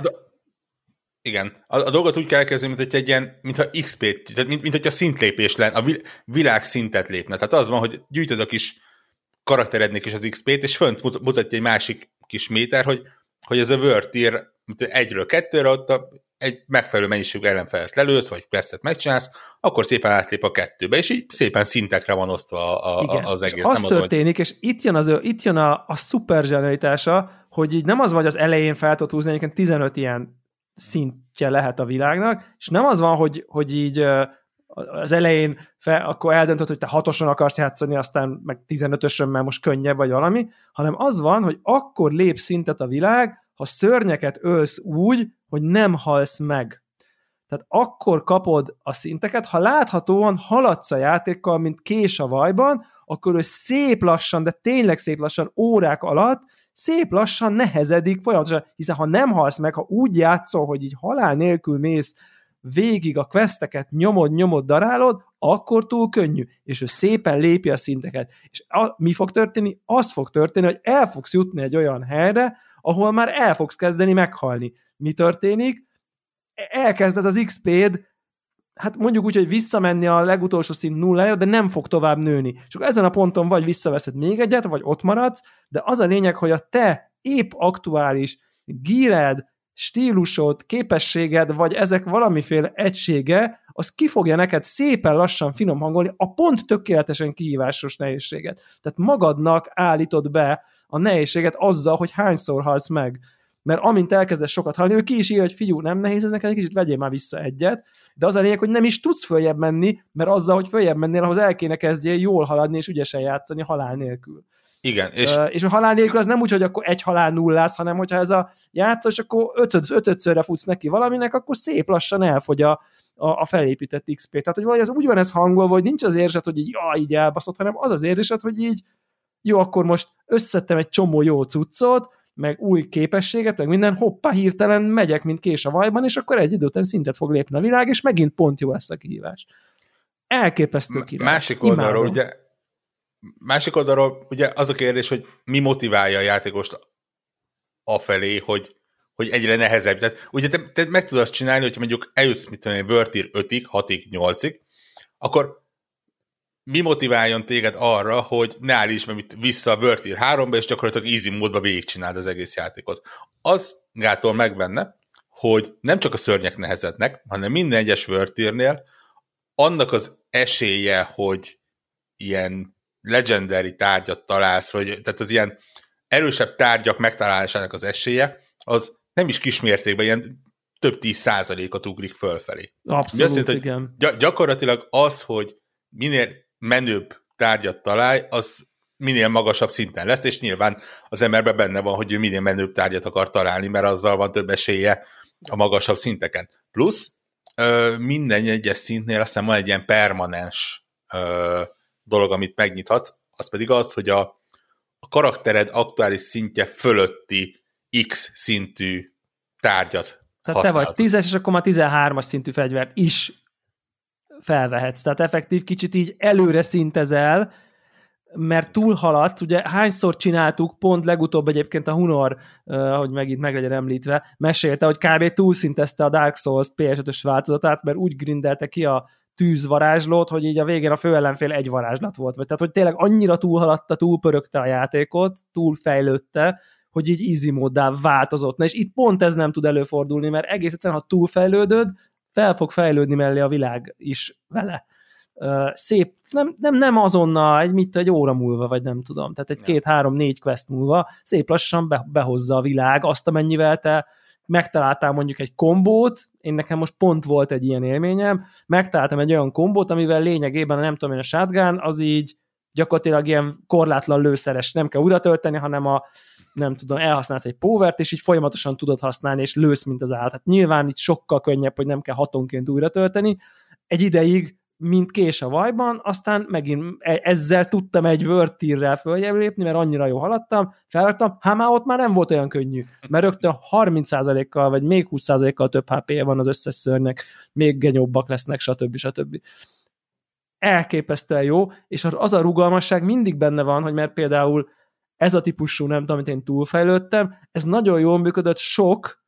[SPEAKER 2] Igen. A dolgot úgy kell kezdeni, mint hogy egy ilyen, mintha XP-t, tehát mint hogyha szintlépés lenne, a világ szintet lépne. Tehát az van, hogy gyűjtöd a kis karakterednék is az XP-t, és fönt mutatja egy másik kis méter, hogy ez a World Tier 1-ről 2-re, ott egy megfelelő mennyiségű ellenfelet lelősz, vagy questet megcsinálsz, akkor szépen átlép a 2-be, és így szépen szintekre van osztva az egész.
[SPEAKER 1] Az történik, és itt jön a szuper zsenialitása, hogy így nem az vagy az elején fel tudod húzni, egyébként 15 ilyen szintje lehet a világnak, és nem az van, hogy így az elején akkor eldöntöd, hogy te 6-oson akarsz játszani, aztán meg 15-ösön, mert most könnyebb vagy valami, hanem az van, hogy akkor lép szintet a világ, ha szörnyeket ölsz úgy, hogy nem halsz meg. Tehát akkor kapod a szinteket, ha láthatóan haladsz a játékkal, mint kés a vajban, akkor ő szép lassan, de tényleg szép lassan, órák alatt szép lassan nehezedik folyamatosan, hiszen ha nem halsz meg, ha úgy játszol, hogy így halál nélkül mész végig a questeket, nyomod, darálod, akkor túl könnyű, és ő szépen lépi a szinteket. És mi fog történni? Az fog történni, hogy el fogsz jutni egy olyan helyre, ahol már el fogsz kezdeni meghalni. Mi történik? Elkezded az XP-d, hát mondjuk úgy, hogy visszamenni a legutolsó szint nullára, de nem fog tovább nőni. És akkor ezen a ponton vagy visszaveszed még egyet, vagy ott maradsz, de az a lényeg, hogy a te épp aktuális gíred, stílusod, képességed, vagy ezek valamiféle egysége, az ki fogja neked szépen lassan finom hangolni a pont tökéletesen kihívásos nehézséget. Tehát magadnak állítod be a nehézséget azzal, hogy hányszor halsz meg. Mert amint elkezdesz sokat halni, ő ki is írja, hogy figyú, nem nehéz ez neked, egy kicsit vegyél már vissza egyet, de az a lényeg, hogy nem is tudsz följebb menni, mert azzal, hogy följebb mennél, ahhoz el kéne kezdjél jól haladni és ügyesen játszani halál nélkül.
[SPEAKER 2] Igen.
[SPEAKER 1] És a halál nélkül az nem úgy, hogy akkor egy halál nullász, hanem hogyha ez a játszás, akkor ötödszörre futsz neki valaminek, akkor szép lassan elfogy a felépített XP. Tehát, hogy valahogy úgy van ez hangolva, hogy nincs az érzet, hogy így elbaszott, hanem az az érzet, hogy így jó, akkor most összettem egy csomó jó cuccot, meg új képességet, meg minden, hoppá, hirtelen megyek, mint kés a vajban, és akkor egy idő után szintet fog lépni a világ, és megint pont jó lesz a kihívás. Elképesztő király.
[SPEAKER 2] Másik oldalról ugye az a kérdés, hogy mi motiválja a játékost afelé, hogy egyre nehezebb. Tehát ugye te meg tudod azt csinálni, hogyha mondjuk eljutsz, mit tudom, World Tier 5-ig, 6-ig, 8-ig, akkor mi motiváljon téged arra, hogy ne állíts meg vissza a World Tier 3-ba, és gyakorlatilag easy módba végigcsináld az egész játékot. Az gátol meg benne, hogy nem csak a szörnyek nehezednek, hanem minden egyes World Tiernél annak az esélye, hogy ilyen legendary tárgyat találsz, tehát az ilyen erősebb tárgyak megtalálásának az esélye, az nem is kismértékben, ilyen több 10%-ot ugrik fölfelé.
[SPEAKER 1] Abszolút,
[SPEAKER 2] jelenti,
[SPEAKER 1] igen.
[SPEAKER 2] Gyakorlatilag az, hogy minél menőbb tárgyat találj, az minél magasabb szinten lesz, és nyilván az emberben benne van, hogy ő minél menőbb tárgyat akar találni, mert azzal van több esélye a magasabb szinteken. Plusz minden egyes szintnél azt hiszem van egy ilyen permanens dolog, amit megnyithatsz, az pedig az, hogy a karaktered aktuális szintje fölötti X szintű tárgyat
[SPEAKER 1] tehát
[SPEAKER 2] használhatod.
[SPEAKER 1] te vagy 10-es, és akkor már 13-as szintű fegyvert is felvehetsz. Tehát effektív kicsit így előre szintezel, mert túlhaladsz, ugye hányszor csináltuk, pont legutóbb egyébként a Hunor, hogy megint meg legyen említve, mesélte, hogy kb. Túlszintezte a Dark Souls PS5-ös változatát, mert úgy grindelte ki a tűzvarázslót, hogy így a végén a főellenfél egy varázslat volt. Tehát, hogy tényleg annyira túlhaladta, túlpörögte a játékot, túlfejlődte, hogy így easy móddá változott. Na és itt pont ez nem tud előfordulni, mert egész egyszerűen, ha túlfejlődöd, fel fog fejlődni mellé a világ is vele. Szép, nem azonnal, egy óra múlva, vagy nem tudom, tehát egy 2-3-4 quest múlva szép lassan behozza a világ azt, amennyivel te megtaláltál mondjuk egy kombót, én nekem most pont volt egy ilyen élményem, megtaláltam egy olyan kombót, amivel lényegében, nem tudom én, a shotgun, az így gyakorlatilag ilyen korlátlan lőszeres, nem kell újra tölteni, hanem nem tudom, elhasználsz egy powert, és így folyamatosan tudod használni, és lősz, mint az állat. Hát nyilván itt sokkal könnyebb, hogy nem kell hatonként újra tölteni. Egy ideig, mint kés a vajban, aztán megint ezzel tudtam egy World Tier-rel följebb lépni, mert annyira jó haladtam, felraktam, már ott már nem volt olyan könnyű, mert rögtön 30%-kal, vagy még 20%-kal több HP-je van az összes szörnynek, még genyóbbak lesznek, stb. Elképesztően jó, és az a rugalmasság mindig benne van, hogy mert például ez a típusú, nem tudom, amit én túlfejlődtem, ez nagyon jól működött sok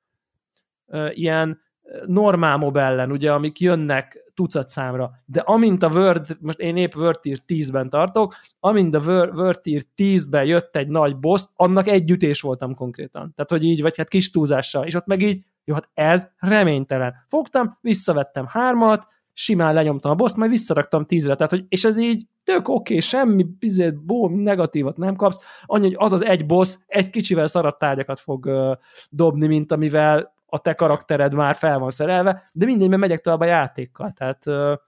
[SPEAKER 1] ilyen normál mob ellen, ugye, amik jönnek tucatszámra, de amint a most én épp World Tier 10-ben tartok, amint a World Tier 10-ben jött egy nagy boss, annak egy ütés voltam konkrétan. Tehát, hogy így, vagy hát kis túlzással, és ott meg így, jó, hát ez reménytelen. Fogtam, visszavettem 3-at, simán lenyomtam a boss-t, majd visszaraktam 10-re, tehát, hogy, és ez így tök oké, semmi negatívat nem kapsz, annyi, hogy az egy boss egy kicsivel szarabb tárgyakat fog dobni, mint amivel a te karaktered már fel van szerelve, de mindegyben megyek tovább a játékkal, tehát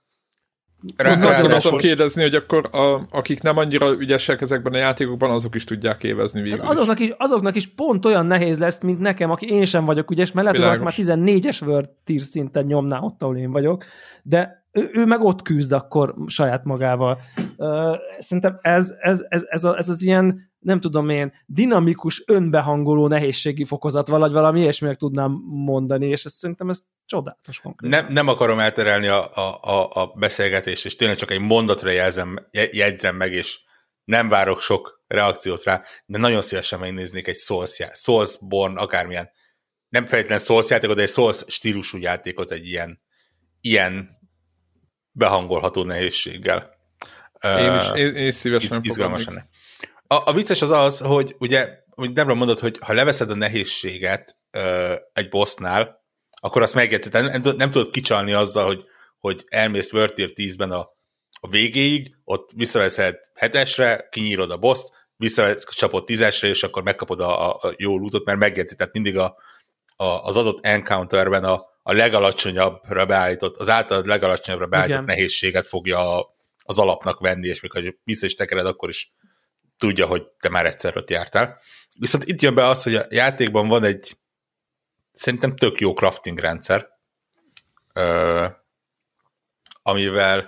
[SPEAKER 3] azt akartam kérdezni, hogy akkor akik nem annyira ügyesek ezekben a játékokban, azok is tudják évezni végül
[SPEAKER 1] azoknak is pont olyan nehéz lesz, mint nekem, aki én sem vagyok ügyes, mert lehet, hogy már 14-es World Tier szinten nyomná ott, ahol én vagyok, de ő meg ott küzd akkor saját magával. Szerintem ez az ilyen, nem tudom én, dinamikus, önbehangoló nehézségi fokozat, vagy valami ilyesminek tudnám mondani, és szerintem ez csodálatos konkrétan.
[SPEAKER 2] Nem akarom elterelni a beszélgetést, és tényleg csak egy mondatra jegyzem meg, és nem várok sok reakciót rá, de nagyon szívesen megnéznék egy Soulsborne, akármilyen, nem feltétlenül Souls játékot, de egy Souls stílusú játékot egy ilyen behangolható nehézséggel.
[SPEAKER 3] Én szívesen
[SPEAKER 2] izgalmas lenne. A vicces az, hogy ugye, amit Debra mondott, hogy ha leveszed a nehézséget egy bossnál, akkor azt megjegyzed, nem tudod kicsalni azzal, hogy elmész World Tier 10-ben a végéig, ott visszaveszed 7-esre, kinyírod a boss-t, visszacsapod 10-esre, és akkor megkapod a jó lootot, mert megjegyzi, tehát mindig az adott encounterben a legalacsonyabbra beállított, az általad legalacsonyabbra beállított nehézséget fogja az alapnak venni, és mikor vissza is tekered, akkor is tudja, hogy te már egyszer ott jártál. Viszont itt jön be az, hogy a játékban van egy szerintem tök jó crafting rendszer, amivel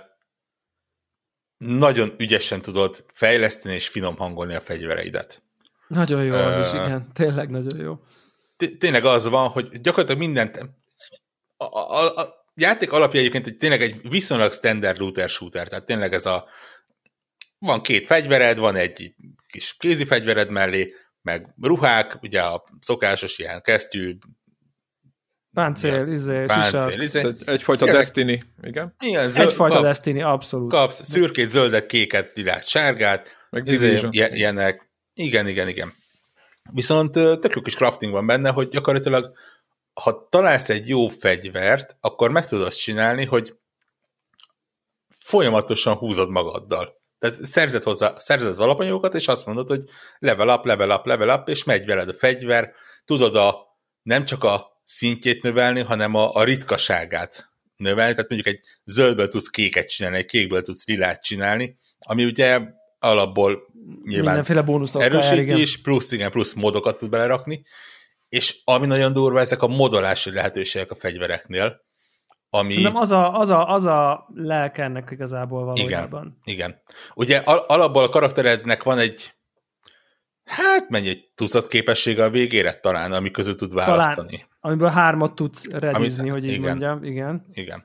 [SPEAKER 2] nagyon ügyesen tudod fejleszteni és finom hangolni a fegyvereidet.
[SPEAKER 1] Nagyon jó az is, igen. Tényleg nagyon jó.
[SPEAKER 2] Tényleg az van, hogy gyakorlatilag mindent a játék alapja egyébként tényleg egy viszonylag standard looter-shooter, tehát tényleg ez van 2 fegyvered, van egy kis kézi fegyvered mellé, meg ruhák, ugye a szokásos ilyen kesztyű,
[SPEAKER 1] páncél,
[SPEAKER 3] egyfajta Destiny, igen.
[SPEAKER 1] Egyfajta Destiny, abszolút.
[SPEAKER 2] Kapsz szürkét, zöldet, kéket, lilát, sárgát, meg ilyenek. Igen. Viszont tök jó kis crafting van benne, hogy gyakorlatilag ha találsz egy jó fegyvert, akkor meg tudod azt csinálni, hogy folyamatosan húzod magaddal. Tehát szerzed az alapanyagokat, és azt mondod, hogy level up, és megy veled a fegyver, tudod nem csak a szintjét növelni, hanem a ritkaságát növelni, tehát mondjuk egy zöldből tudsz kéket csinálni, egy kékből tudsz lilát csinálni, ami ugye alapból nyilván
[SPEAKER 1] mindenféle bónuszokkal
[SPEAKER 2] erősíti is, plusz modokat tud belerakni, és ami nagyon durva, ezek a modolási lehetőségek a fegyvereknél, ami...
[SPEAKER 1] Szerintem az a lelke ennek igazából valójában.
[SPEAKER 2] Igen. Ugye alapból a karakterednek van egy egy tucat képessége a végére talán, ami közül tud választani.
[SPEAKER 1] Talán, amiből 3 tudsz redizni, hogy így mondjam.
[SPEAKER 2] Igen.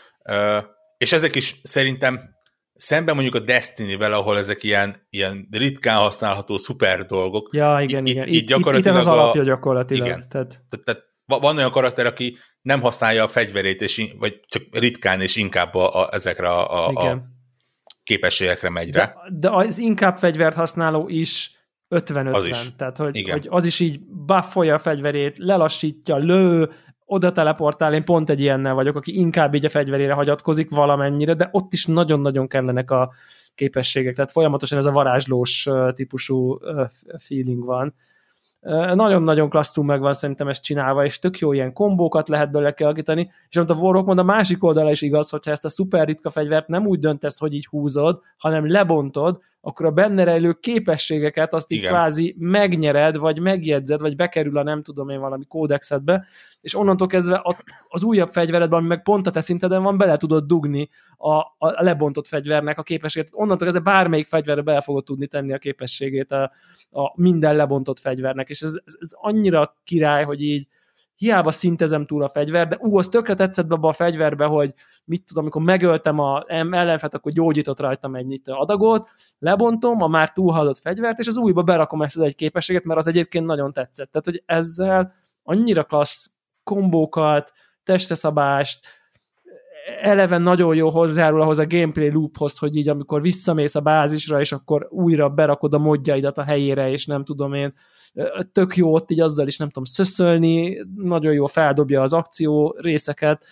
[SPEAKER 2] És ezek is szerintem szemben mondjuk a Destiny-vel, ahol ezek ilyen ritkán használható szuper dolgok.
[SPEAKER 1] Ja, igen. Itt az alapja gyakorlatilag.
[SPEAKER 2] Igen. Tehát van olyan karakter, aki nem használja a fegyverét, vagy csak ritkán, és inkább ezekre a képességekre megy rá.
[SPEAKER 1] De az inkább fegyvert használó is 50-50. Tehát, hogy az is így buffolja a fegyverét, lelassítja, lő, oda teleportál, én pont egy ilyennel vagyok, aki inkább így a fegyverére hagyatkozik valamennyire, de ott is nagyon-nagyon kellenek a képességek, tehát folyamatosan ez a varázslós típusú feeling van. Nagyon-nagyon klasszul meg van szerintem ezt csinálva, és tök jó ilyen kombókat lehet belőle kialakítani, és amit a Warhawk mond, a másik oldala is igaz, hogyha ezt a szuper ritka fegyvert nem úgy döntesz, hogy így húzod, hanem lebontod, akkor a benne rejlő képességeket azt így kvázi megnyered, vagy megjegyzed, vagy bekerül a nem tudom én valami kódexedbe, és onnantól kezdve az újabb fegyveredben, ami meg pont a te szinteden van, bele tudod dugni a lebontott fegyvernek a képességét. Onnantól kezdve bármelyik fegyverre bele fogod tudni tenni a képességét a minden lebontott fegyvernek, és ez annyira király, hogy így hiába szintezem túl a fegyver, de az tökre tetszett be abba a fegyverbe, hogy mit tudom, amikor megöltem a ellenfelt, akkor gyógyított rajtam egy adagot, lebontom a már túlhaladott fegyvert, és az újba berakom ezt egy képességet, mert az egyébként nagyon tetszett. Tehát, hogy ezzel annyira klassz kombókat, testeszabást, eleve nagyon jó hozzájárul ahhoz a gameplay loophoz, hogy így amikor visszamész a bázisra, és akkor újra berakod a modjaidat a helyére, és nem tudom én, tök jó ott így azzal is nem tudom szöszölni, nagyon jó feldobja az akció részeket,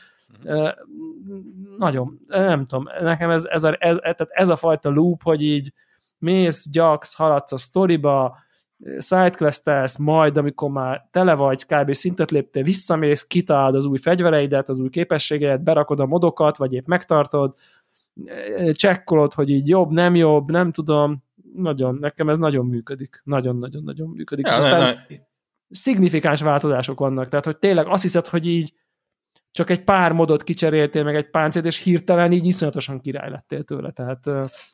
[SPEAKER 1] nagyon, nem tudom, nekem ez a fajta loop, hogy így mész, gyaksz, haladsz a sztoriba, sidequestelsz, majd amikor már tele vagy, kb. Szintet léptél, visszamész, kitalálod az új fegyvereidet, az új képességeidet, berakod a modokat, vagy épp megtartod, csekkolod, hogy így jobb, nem tudom, nekem ez nagyon működik. Nagyon-nagyon működik. Ja, és aztán szignifikáns változások vannak, tehát hogy tényleg azt hiszed, hogy így csak egy pár modot kicseréltél, meg egy páncélt, és hirtelen így iszonyatosan király lettél tőle, tehát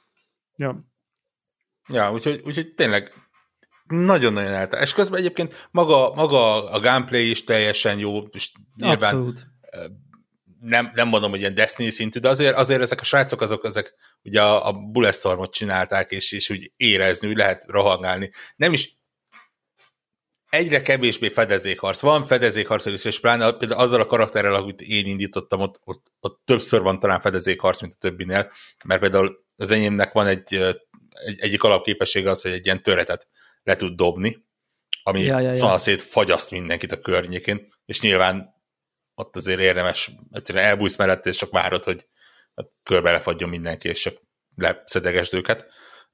[SPEAKER 2] Ja, úgyhogy tényleg nagyon-nagyon eltáll. És közben egyébként maga a gameplay is teljesen jó, és nyilván abszolút. Nem mondom, hogy ilyen Destiny szintű, de azért ezek a srácok, ezek ugye a Bulletstormot csinálták, és úgy érezni, úgy lehet rohangálni. Nem is egyre kevésbé fedezékharc. Van fedezékharc, és pláne például azzal a karakterrel, amit én indítottam, ott többször van talán fedezékharc, mint a többinél, mert például az enyémnek van egyik alapképessége az, hogy egy ilyen töretet le tud dobni, ami szanaszét fagyaszt mindenkit a környékén, és nyilván ott azért érdemes egyszerűen elbújsz mellett, és csak várod, hogy körbe lefagyjon mindenki, és csak leszedegesd őket.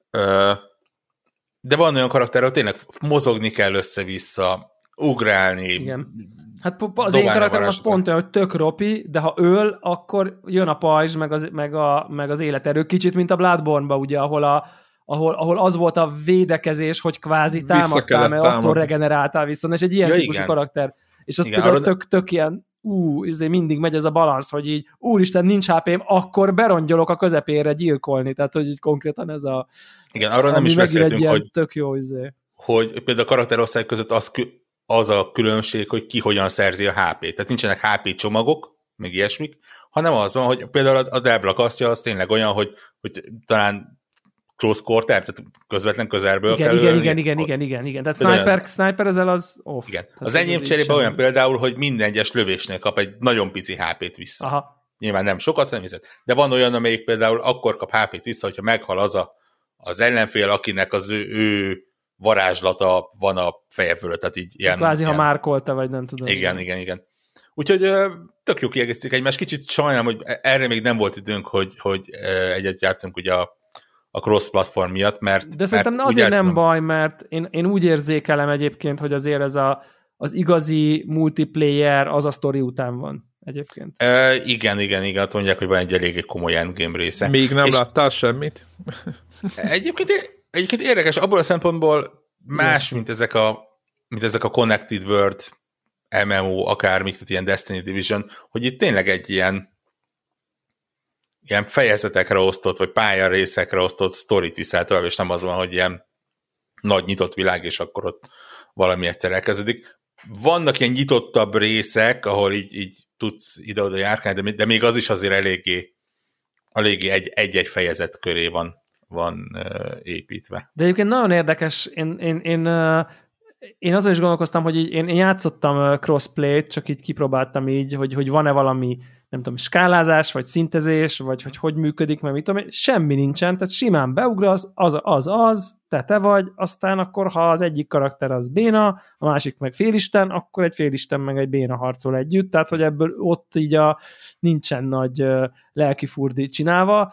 [SPEAKER 2] De van olyan karakter, hogy tényleg mozogni kell össze-vissza, ugrálni.
[SPEAKER 1] Igen. Hát az én karakterem az pont olyan, hogy tök ropi, de ha öl, akkor jön a pajzs, meg az életerő. Kicsit, mint a Bloodborne-ba, ugye, ahol az volt a védekezés, hogy kvázi támadtál, mert attól regeneráltál vissza. És egy ilyen típusú karakter. És az például tök ilyen, mindig megy ez a balansz, hogy így, úristen, nincs HP-m, akkor berongyolok a közepére gyilkolni. Tehát, hogy így konkrétan ez a...
[SPEAKER 2] Igen, arról nem is beszéltünk, hogy...
[SPEAKER 1] Tök jó,
[SPEAKER 2] hogy például a karakterosztály között az a különbség, hogy ki hogyan szerzi a HP-t. Tehát nincsenek HP csomagok, még ilyesmik, hanem az van, hogy például a Devla kasztja az tényleg olyan, hogy talán close quarter, tehát közvetlen közelből kell ölni.
[SPEAKER 1] Igen. Tehát sniper ezzel az off.
[SPEAKER 2] Igen. Az enyém cserében olyan például, hogy minden egyes lövésnél kap egy nagyon pici HP-t vissza.
[SPEAKER 1] Aha.
[SPEAKER 2] Nyilván nem sokat, nem hiszed. De van olyan, amelyik például akkor kap HP-t vissza, hogyha meghal az ellenfél, akinek az ő varázslata van a feje fölött. Tehát így ilyen,
[SPEAKER 1] kvázi, ha márkolta, vagy nem tudom.
[SPEAKER 2] Igen. Úgyhogy tök jó kiegészítik egymást. Kicsit sajnálom, hogy erre még nem volt időnk, hogy egyet játszunk ugye a cross-platform miatt, mert...
[SPEAKER 1] De szerintem azért nem baj, mert én úgy érzékelem egyébként, hogy azért ez az igazi multiplayer az a sztori után van egyébként.
[SPEAKER 2] Igen, azt mondják, hogy van egy eléggé komoly endgame része.
[SPEAKER 3] Még nem láttál semmit?
[SPEAKER 2] Egyébként érdekes, abból a szempontból más, mint ezek a Connected World MMO, akármik, tehát ilyen Destiny Division, hogy itt tényleg egy ilyen fejezetekre osztott, vagy pályarészekre osztott sztorit viszel tovább, és nem az van, hogy ilyen nagy nyitott világ, és akkor ott valami egyszer elkezdődik. Vannak ilyen nyitottabb részek, ahol így tudsz ide-oda járkálni, de még az is azért eléggé egy-egy fejezet köré van építve.
[SPEAKER 1] De egyébként nagyon érdekes, én azon is gondolkoztam, hogy így, én játszottam crossplay-t, csak így kipróbáltam így, hogy van-e valami, nem tudom, skálázás, vagy szintezés, vagy hogy működik, meg mit tudom, semmi nincsen, tehát simán beugrasz, az, te vagy, aztán akkor, ha az egyik karakter az béna, a másik meg félisten, akkor egy félisten meg egy béna harcol együtt, tehát, hogy ebből ott így nincsen nagy lelkifurdi csinálva.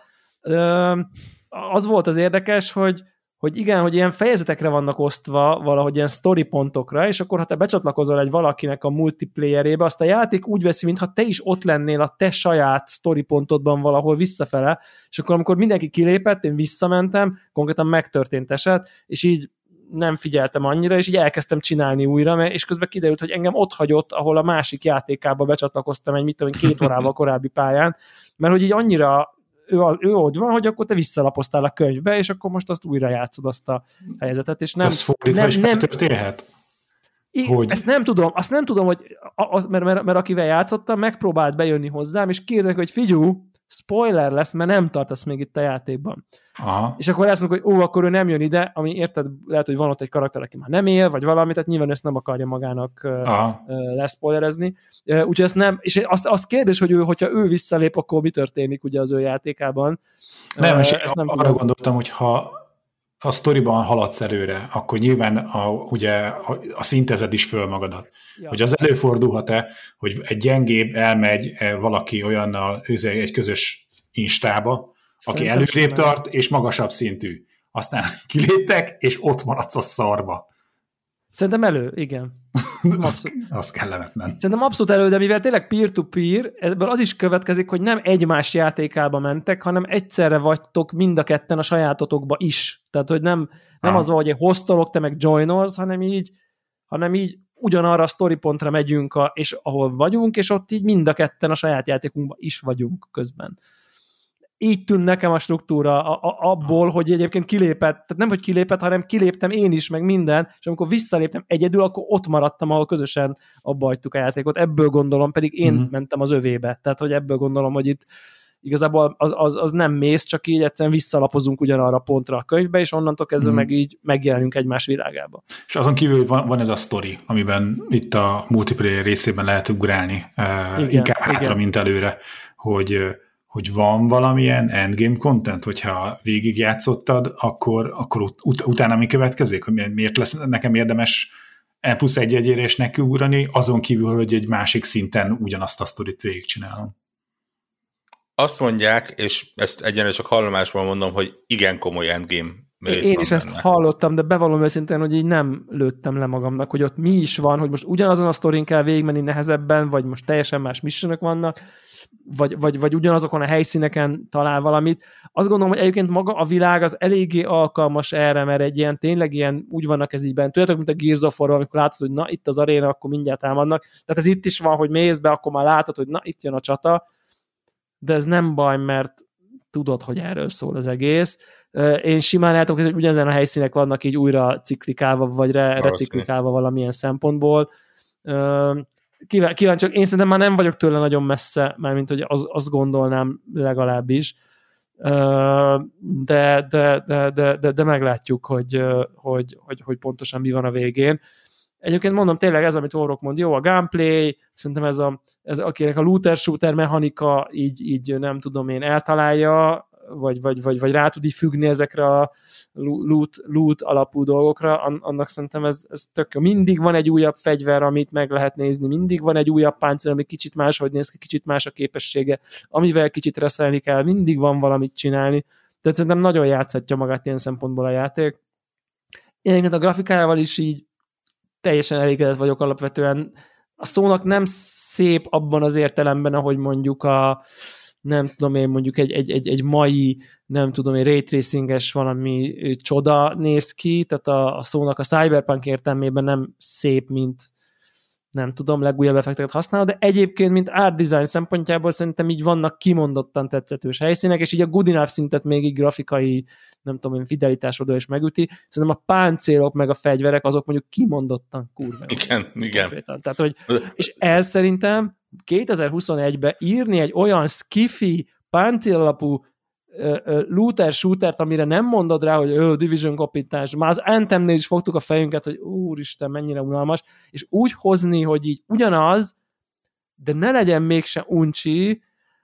[SPEAKER 1] Az volt az érdekes, hogy igen, hogy ilyen fejezetekre vannak osztva, valahogy ilyen story pontokra, és akkor ha te becsatlakozol egy valakinek a multiplayerébe, azt a játék úgy veszi, mintha te is ott lennél a te saját story pontodban valahol visszafele, és akkor amikor mindenki kilépett, én visszamentem, konkrétan megtörtént eset, és így nem figyeltem annyira, és így elkezdtem csinálni újra, és közben kiderült, hogy engem ott hagyott, ahol a másik játékába becsatlakoztam egy 2 órával korábbi pályán, mert hogy így annyira ő ott van, hogy akkor te visszalapoztál a könyvbe, és akkor most azt újra játszod azt a fejezetet, és nem...
[SPEAKER 4] Az fordítva is megtörténhet?
[SPEAKER 1] Ezt nem tudom, hogy mert akivel játszottam, megpróbált bejönni hozzám, és kérdezik, hogy figyú, spoiler lesz, mert nem tartasz még itt a játékban.
[SPEAKER 4] Aha.
[SPEAKER 1] És akkor azt mondjuk, hogy akkor ő nem jön ide, ami érted, lehet, hogy van ott egy karakter, aki már nem él, vagy valami, tehát nyilván ezt nem akarja magának leszpoilerezni. Úgyhogy ezt nem, és azt kérdés, hogy hogyha ő visszalép, akkor mi történik ugye az ő játékában.
[SPEAKER 4] Nem, és arra gondoltam, hogy ha a sztoriban haladsz előre, akkor nyilván ugye a szintezed is föl magadat. Ja. Hogy az előfordulhat-e, hogy egy gyengébb elmegy valaki olyannal egy közös instába, aki előrébb tart, és magasabb szintű. Aztán kiléptek, és ott maradsz a szarba.
[SPEAKER 1] Szerintem igen.
[SPEAKER 4] Az kellemetlen.
[SPEAKER 1] Szerintem abszolút elő, de mivel tényleg peer-to-peer, ebből az is következik, hogy nem egymás játékába mentek, hanem egyszerre vagytok mind a ketten a sajátotokba is. Tehát, hogy nem az van, hogy egy hostolok, te meg joinolsz, hanem így ugyanarra a storypontra megyünk, és ahol vagyunk, és ott így mind a ketten a saját játékunkban is vagyunk közben. Így tűnt nekem a struktúra abból, hogy egyébként kilépett, tehát nem, hogy kilépett, hanem kiléptem én is, meg minden, és amikor visszaléptem egyedül, akkor ott maradtam, ahol közösen abba hagytuk a játékot. Ebből gondolom, pedig én mentem az övébe. Tehát, hogy ebből gondolom, hogy itt igazából az nem mész, csak így egyszerűen visszalapozunk ugyanarra a pontra a könyvbe, és onnantól kezdve meg így megjelenünk egymás világába.
[SPEAKER 4] És azon kívül van ez a sztori, amiben itt a multiplayer részében lehet ugrálni, inkább hátra, mint előre, hogy van valamilyen endgame content, hogyha végigjátszottad, akkor utána mi következik? Miért lesz nekem érdemes N+1 és nekiugrani, azon kívül, hogy egy másik szinten ugyanazt a sztorit végigcsinálom?
[SPEAKER 2] azt mondják, és ezt egyenlően csak hallomásban mondom, hogy igen komoly endgame rész
[SPEAKER 1] én is ezt hallottam, de bevallom őszintén, hogy így nem lőttem le magamnak, hogy ott mi is van, hogy most ugyanazon a sztorin kell végigmenni nehezebben, vagy most teljesen más missionok vannak, vagy ugyanazokon a helyszíneken talál valamit. Azt gondolom, hogy egyébként maga a világ az eléggé alkalmas erre, mert egy ilyen, tényleg ilyen, úgy vannak ez így bent. Tudjátok, mint a Gears of War, amikor látod, hogy na, itt az aréna, akkor mindjárt támadnak. Tehát ez itt is van, hogy mész be, akkor már látod, hogy na, itt jön a csata, de ez nem baj, mert tudod, hogy erről szól az egész. Én simán el tudom, hogy ugyanezen a helyszínek vannak így újra ciklikálva, vagy reciklikálva valamilyen szempontból. Kíváncsi, én szerintem már nem vagyok tőle nagyon messze, mármint, hogy azt gondolnám legalábbis. De meglátjuk, hogy pontosan mi van a végén. Egyébként mondom, tényleg ez, amit Warrock mond, jó a gameplay, szerintem ez akinek a looter-shooter mechanika így nem tudom én eltalálja, vagy rá tud így függni ezekre a loot alapú dolgokra, annak szerintem ez tök jó. Mindig van egy újabb fegyver, amit meg lehet nézni, mindig van egy újabb páncél, ami kicsit máshogy néz ki, kicsit más a képessége, amivel kicsit reszelni kell, mindig van valamit csinálni. Tehát szerintem nagyon játszhatja magát ilyen szempontból a játék. Én egyébként a grafikájával is így teljesen elégedett vagyok alapvetően. A szónak nem szép abban az értelemben, ahogy mondjuk nem tudom én, mondjuk egy mai, nem tudom én, ray tracinges valami csoda néz ki, tehát a szónak a cyberpunk értelmében nem szép, mint nem tudom, legújabb effekteket használni, de egyébként, mint art design szempontjából szerintem így vannak kimondottan tetszetős helyszínek, és így a good enough szintet még így grafikai, nem tudom én, fidelitás oda is megüti. Szerintem a páncélok meg a fegyverek azok mondjuk kimondottan kurva.
[SPEAKER 2] Igen.
[SPEAKER 1] Tehát, hogy, és ez szerintem 2021-ben írni egy olyan skiffy, páncélalapú looter-shootert, amire nem mondod rá, hogy Division kopintás, már az Anthemnél is fogtuk a fejünket, hogy úristen, mennyire unalmas, és úgy hozni, hogy így ugyanaz, de ne legyen mégse uncsi,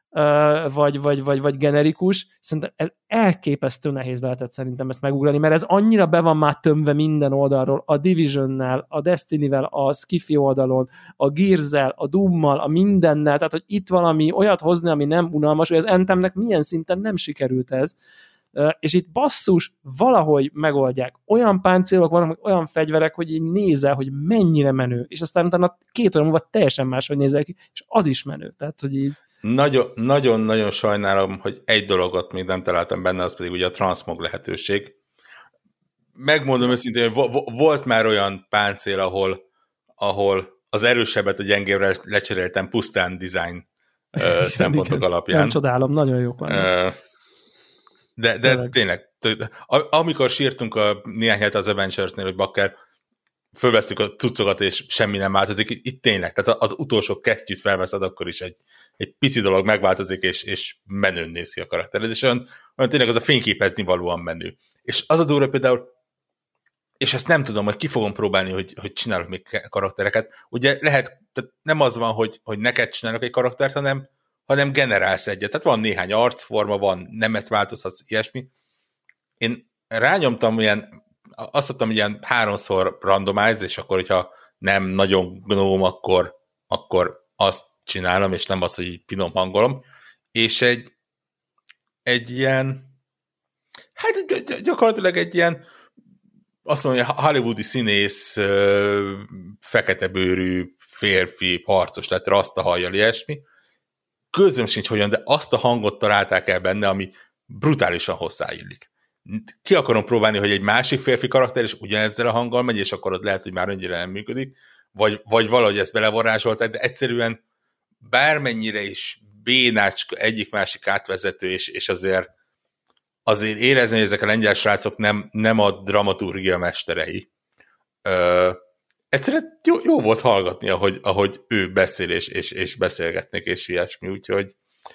[SPEAKER 1] vagy generikus, szerintem ez elképesztő nehéz lehetett szerintem ezt megugrani, mert ez annyira be van már tömve minden oldalról, a Divisionnel, a Destiny-vel, a Skiffy oldalon, a Gears-el, a Doom-mal, a mindennel, tehát hogy itt valami olyat hozni, ami nem unalmas, hogy az Anthemnek milyen szinten nem sikerült ez, és itt basszus valahogy megoldják. Olyan páncélok vannak, olyan fegyverek, hogy így nézel, hogy mennyire menő, és aztán utána 2 óra múlva teljesen máshogy nézel ki, és az is menő, tehát hogy így
[SPEAKER 2] nagyon sajnálom, hogy egy dologot még nem találtam benne, az pedig ugye a transmog lehetőség. Megmondom őszintén, hogy volt már olyan páncél, ahol az erősebbet a gyengébre lecseréltem pusztán design szempontok alapján.
[SPEAKER 1] Nem csodálom, nagyon jók vannak.
[SPEAKER 2] De tényleg, amikor sírtunk néhány hét az Avengers-nél, hogy bakker, fölvesztük a cuccokat, és semmi nem változik. Itt tényleg, tehát az utolsó kesztyűt felveszed, akkor is egy pici dolog megváltozik, és menőn néz ki a karaktered, és olyan tényleg az a fényképezni valóan menő. És az a durva például, és ezt nem tudom, hogy ki fogom próbálni, hogy csinálok még karaktereket. Ugye lehet, tehát nem az van, hogy neked csinálok egy karaktert, hanem generálsz egyet. Tehát van néhány arcforma, van nemet változhatsz, ilyesmi. Én rányomtam azt mondtam, ilyen 3-szor randomize, és akkor, hogyha nem nagyon gnóm, akkor azt csinálom, és nem az, hogy így finom hangolom. És egy ilyen, hát gyakorlatilag egy ilyen, azt mondom, hogy hollywoodi színész, feketebőrű férfi, harcos lett, rasztahajjal, ilyesmi. Közöm sincs hogyan, de azt a hangot találták el benne, ami brutálisan hozzáillik. Ki akarom próbálni, hogy egy másik férfi karakter is ugyanezzel a hanggal megy, és akkor ott lehet, hogy már annyira nem működik, vagy valahogy ezt belevarázsolták, de egyszerűen bármennyire is bénácska egyik-másik átvezető, és azért érezni, hogy ezek a lengyel srácok nem a dramaturgia mesterei. Egyszerűen jó volt hallgatni, ahogy ő beszél, és beszélgetnek, és ilyesmi, úgyhogy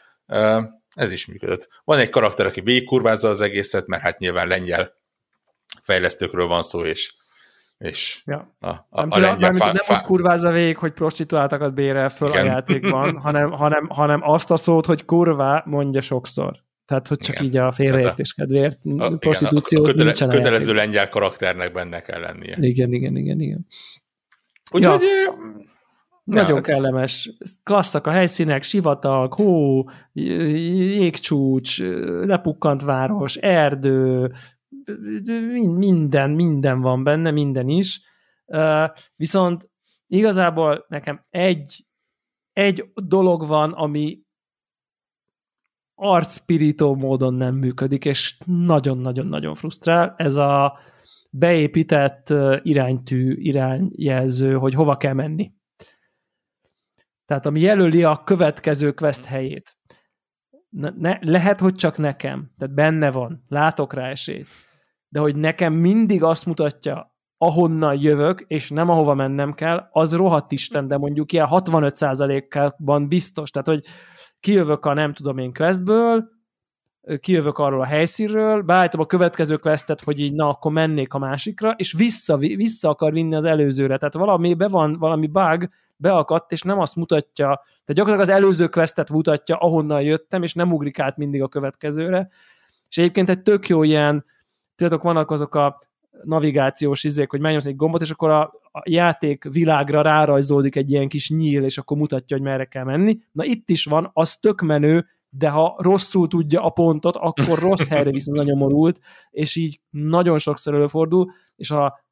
[SPEAKER 2] ez is működött. Van egy karakter, aki végigkurvázza az egészet, mert hát nyilván lengyel fejlesztőkről van szó, és
[SPEAKER 1] ja.
[SPEAKER 2] a lengyel...
[SPEAKER 1] Nem úgy kurvázza végig, hogy prostituáltakat bérel föl a játékban, hanem azt a szót, hogy kurva mondja sokszor. Tehát, hogy csak így a félreértés kedvéért prostitúció nincsen.
[SPEAKER 2] Kötelező lengyel karakternek benne kell lennie.
[SPEAKER 1] Igen.
[SPEAKER 2] Úgyhogy
[SPEAKER 1] Nagyon kellemes. Klasszak a helyszínek, sivatag, hó, jégcsúcs, lepukkant város, erdő, minden van benne, minden is. Viszont igazából nekem egy dolog van, ami arcpirító módon nem működik, és nagyon-nagyon-nagyon frusztrál. Ez a beépített irányjelző, hogy hova kell menni. Tehát ami jelöli a következő quest helyét. Lehet, hogy csak nekem. Tehát benne van. Látok rá esélyt. De hogy nekem mindig azt mutatja, ahonnan jövök, és nem ahova mennem kell, az rohadt Isten, de mondjuk ilyen 65%-ban biztos. Tehát, hogy kijövök a nem tudom én questből, kijövök arról a helyszínről, beállítom a következő questet, hogy így na, akkor mennék a másikra, és vissza akar vinni az előzőre. Tehát valami bug beakadt, és nem azt mutatja, tehát gyakorlatilag az előző questet mutatja, ahonnan jöttem, és nem ugrik át mindig a következőre. És egyébként egy tök jó ilyen, tudjátok, vannak azok a navigációs izék, hogy megnyomsz egy gombot, és akkor a játék világra rárajzódik egy ilyen kis nyíl, és akkor mutatja, hogy merre kell menni. Na itt is van, az tök menő, de ha rosszul tudja a pontot, akkor rossz helyre visz az a nyomorult, és így nagyon sokszor előfordul, és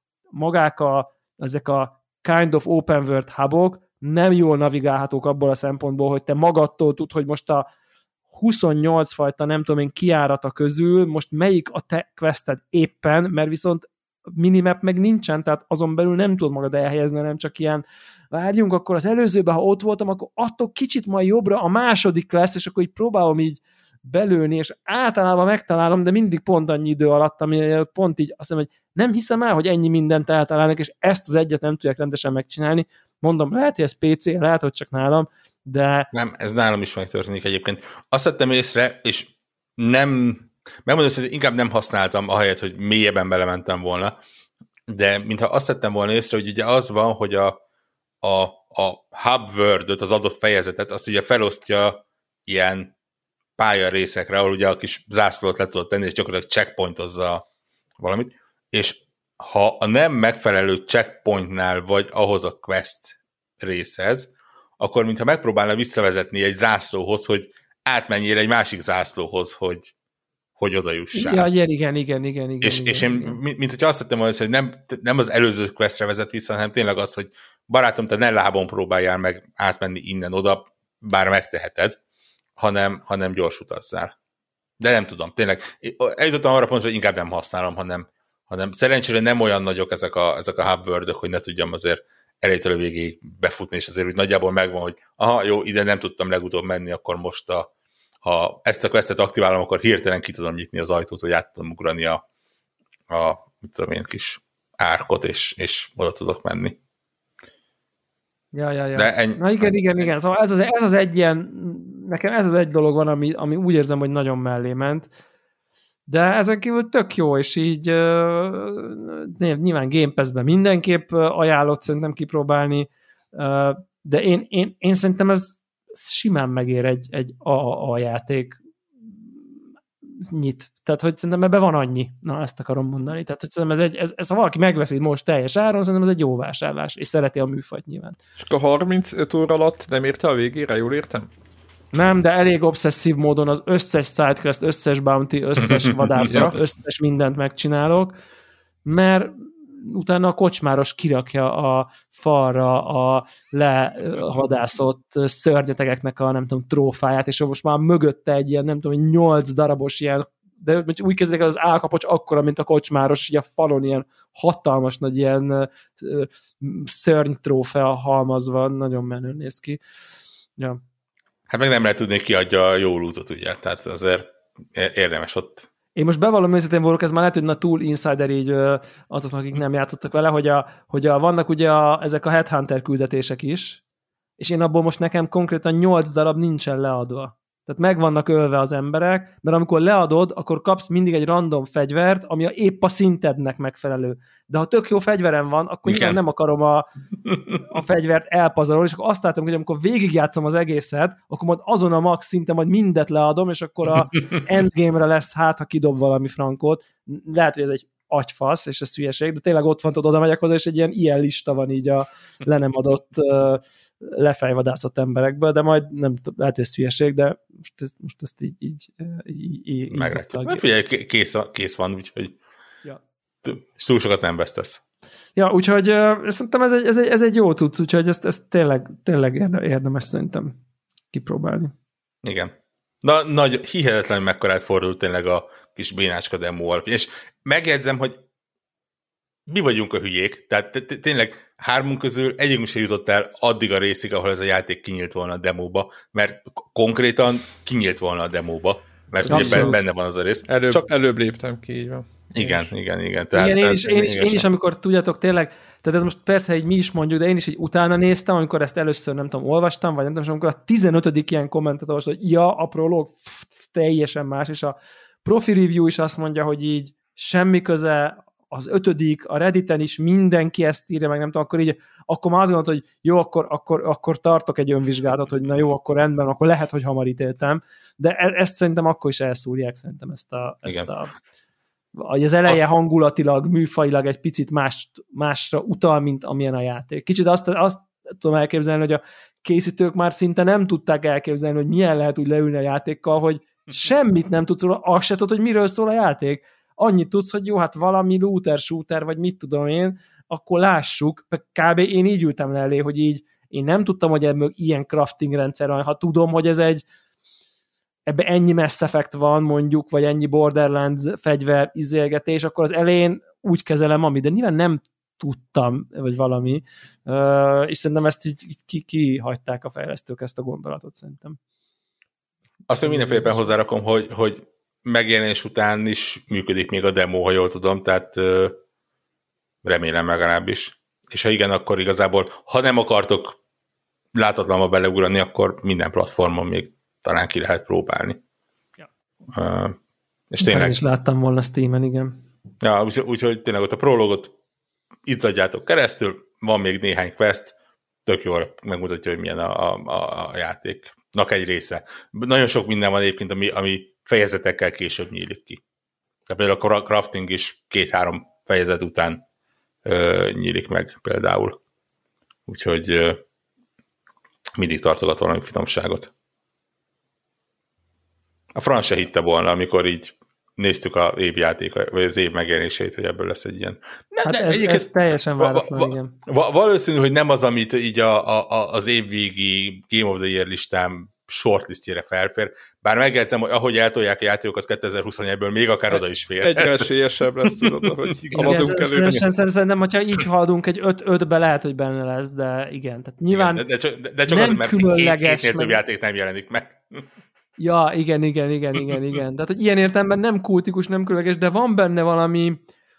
[SPEAKER 1] ezek a kind of open world hubok nem jól navigálhatók abból a szempontból, hogy te magadtól tud, hogy most a 28 fajta, nem tudom én, kijárata közül most melyik a te quested éppen, mert viszont minimap meg nincsen, tehát azon belül nem tud magad elhelyezni, nem csak ilyen várjunk, akkor az előzőben, ha ott voltam, akkor attól kicsit majd jobbra a második lesz, és akkor így próbálom így belőni, és általában megtalálom, de mindig pont annyi idő alatt, ami pont így azt mondom, hogy nem hiszem el, hogy ennyi mindent eltalálnak, és ezt az egyet nem tudják rendesen megcsinálni. Mondom, lehet, hogy ez PC, lehet, hogy csak nálam, de...
[SPEAKER 2] Nem, ez nálam is megtörténik egyébként. Azt vettem észre, és megmondom, hogy inkább nem használtam, ahelyett, hogy mélyebben belementem volna, de mintha azt vettem volna észre, hogy ugye az van, hogy a hub word-öt, az adott fejezetet, azt ugye felosztja ilyen pályarészekre, ahol ugye a kis zászlót le tudod tenni, és gyakorlatilag checkpointozza valamit, és ha a nem megfelelő checkpointnál vagy ahhoz a quest részhez, akkor mintha megpróbálna visszavezetni egy zászlóhoz, hogy átmenjél egy másik zászlóhoz, hogy oda jussál.
[SPEAKER 1] Ja, igen.
[SPEAKER 2] És én, mint hogyha azt tettem volna, hogy nem az előző questre vezet vissza, hanem tényleg az, hogy barátom, te ne lábon próbáljál meg átmenni innen oda, bár megteheted, hanem gyors utazzál. De nem tudom, tényleg. Eljutottam arra pontra, hogy inkább nem használom, hanem szerencsére nem olyan nagyok ezek a hub word-ök, hogy ne tudjam azért elejétől a végéig befutni, és azért úgy nagyjából megvan, hogy aha, jó, ide nem tudtam legutóbb menni, akkor most ha ezt a questet aktiválom, akkor hirtelen ki tudom nyitni az ajtót, hogy át tudom ugrani a mit tudom én, kis árkot, és oda tudok menni.
[SPEAKER 1] Ja. Na igen. Szóval ez az egy ilyen, nekem ez az egy dolog van, ami úgy érzem, hogy nagyon mellé ment, de ezen kívül tök jó, és így nyilván Game Pass-ben mindenképp ajánlott szerintem kipróbálni, de én szerintem ez simán megér egy AAA játék nyit. Tehát, hogy szerintem ebben van annyi. Na, ezt akarom mondani. Tehát, hogy szerintem ez ha valaki megveszi most teljes áron, szerintem ez egy jó vásárlás, és szereti a műfajt nyilván.
[SPEAKER 3] És a 35 óra alatt nem érte a végére, jól értem?
[SPEAKER 1] Nem, de elég obszesszív módon az összes sidequest, összes bounty, összes vadászat, összes mindent megcsinálok, mert utána a kocsmáros kirakja a falra a lehadászott szörnyetegeknek a nem tudom, trófáját, és most már mögötte egy ilyen nem tudom, 8 darabos ilyen, de úgy kezdődik az állkapocs akkora, mint a kocsmáros, és így a falon ilyen hatalmas nagy ilyen szörnytrófea halmazva, nagyon menőn néz ki. Ja.
[SPEAKER 2] Hát meg nem lehet tudni, ki adja a jó lootot, ugye, tehát azért érdemes ott.
[SPEAKER 1] Én most bevallom őszintén volok, ez már lehet, hogy túl insider így azoknak, akik nem játszottak vele, hogy vannak ugye ezek a Headhunter küldetések is, és én abból most nekem konkrétan 8 darab nincsen leadva. Tehát meg vannak ölve az emberek, mert amikor leadod, akkor kapsz mindig egy random fegyvert, ami épp a szintednek megfelelő. De ha tök jó fegyverem van, akkor nyilván nem akarom a fegyvert elpazarolni, és akkor azt látom, hogy amikor végigjátszom az egészet, akkor majd azon a max szinten majd mindet leadom, és akkor a endgame-re lesz, hát ha kidob valami frankót. Lehet, hogy ez egy agyfasz, és ez hülyeség, de tényleg ott van, tudod, oda megyek hozzá, és egy ilyen lista van így a le nem adott lefejvadászott emberekből, de majd nem tudom, lehet, hogy ez hülyeség, de most ezt így
[SPEAKER 2] meglátjuk. Figyelj, kész van, úgyhogy és túl sokat nem vesztesz.
[SPEAKER 1] Ja, úgyhogy szerintem ez egy jó cucc, úgyhogy ezt tényleg érdemes szerintem kipróbálni.
[SPEAKER 2] Igen. Hihetetlenül mekkorát fordult tényleg a kis bénácska demóval. És megjegyzem, hogy mi vagyunk a hülyék, tehát tényleg hármunk közül egyikünk se jutott el addig a részig, ahol ez a játék kinyílt volna a demóba, mert konkrétan kinyílt volna a demóba, mert ugye benne van az a rész.
[SPEAKER 3] Előbb léptem ki, így van.
[SPEAKER 2] Igen.
[SPEAKER 1] Én is, amikor tudjátok tényleg, tehát ez most persze így mi is mondjuk, de én is így utána néztem, amikor ezt először nem tudom, olvastam, vagy nem tudom, és amikor a 15. ilyen kommentet olvastam, hogy ja, a prolog teljesen más, és a profi review is azt mondja, hogy így semmi köze, az 5. a Redditen is mindenki ezt írja, meg nem tudom, akkor már azt gondolod, hogy jó, akkor tartok egy önvizsgálatot, hogy na jó, akkor rendben, akkor lehet, hogy hamar ítéltem, de ezt szerintem akkor is elszúrják, szerintem ezt a az eleje hangulatilag, műfajilag egy picit másra utal, mint amilyen a játék. Kicsit azt tudom elképzelni, hogy a készítők már szinte nem tudták elképzelni, hogy milyen lehet úgy leülni a játékkal, hogy semmit nem tudsz róla, azt se tudod, hogy miről szól a játék. Annyit tudsz, hogy jó, hát valami looter-shooter, vagy mit tudom én, akkor lássuk. Kb. Én így ültem le elé, hogy így én nem tudtam, hogy ebből ilyen crafting rendszer van. Ha tudom, hogy ebbe ennyi Mass Effect van mondjuk, vagy ennyi Borderlands fegyver izélgetés, akkor az elején úgy kezelem, de nyilván nem tudtam, vagy valami, és szerintem ezt így kihagyták a fejlesztők ezt a gondolatot szerintem.
[SPEAKER 2] Azt, hogy mindenféleképpen hozzárakom, hogy megjelenés után is működik még a demo, ha jól tudom, tehát remélem legalábbis. És ha igen, akkor igazából, ha nem akartok látatlanba beleugrani, akkor minden platformon még talán ki lehet próbálni. Ja. És tényleg... Én
[SPEAKER 1] is láttam volna Steamen, igen.
[SPEAKER 2] Ja, úgyhogy tényleg ott a prologot izzadjátok keresztül, van még néhány quest, tök jól megmutatja, hogy milyen a játéknak egy része. Nagyon sok minden van egyébként, ami fejezetekkel később nyílik ki. Tehát például a crafting is 2-3 fejezet után nyílik meg például. Úgyhogy mindig tartogat valami finomságot. A franc se hitte volna, amikor így néztük az évjáték, vagy az év megjelenését, hogy ebből lesz egy ilyen.
[SPEAKER 1] Ez teljesen váratlan, igen.
[SPEAKER 2] Valószínű, hogy nem az, amit így az évvégi Game of the Year listám shortlistjére felfér, bár megjegyzem, hogy ahogy eltolják a játékokat 2021-ből, még akár oda is fér.
[SPEAKER 3] Egyre esélyesebb lesz, tudod, hogy haladunk előre.
[SPEAKER 1] Szerintem, hogyha így haladunk egy 5-be lehet, hogy benne lesz, de igen. Tehát nyilván
[SPEAKER 2] igen, de csak az, mert hétnél több játék nem jelenik meg.
[SPEAKER 1] Ja, igen. Tehát, hogy ilyen értelemben nem kultikus, nem különleges, de van benne valami...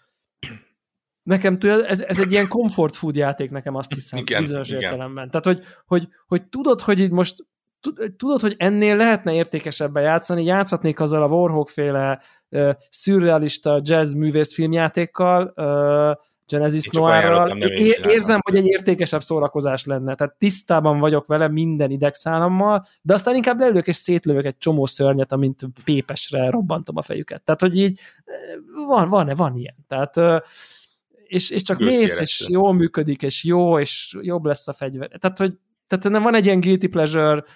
[SPEAKER 1] Nekem ez egy ilyen comfort food játék, nekem azt hiszem, bizonyos értelemben. Tehát, hogy tudod, hogy itt most tudod, hogy ennél lehetne értékesebben játszani, játszhatnék azzal a Warhawk-féle szürrealista jazz művészfilmjátékkal, Genesis Noirral. Érzem, hogy egy értékesebb szórakozás lenne. Tehát tisztában vagyok vele minden idegszálammal, de aztán inkább leülök és szétlövök egy csomó szörnyet, amint pépesre robbantom a fejüket. Tehát, hogy így van ilyen. Tehát, és csak mész, és jól működik, és jobb lesz a fegyver. Tehát nem van egy ilyen guilty pleasure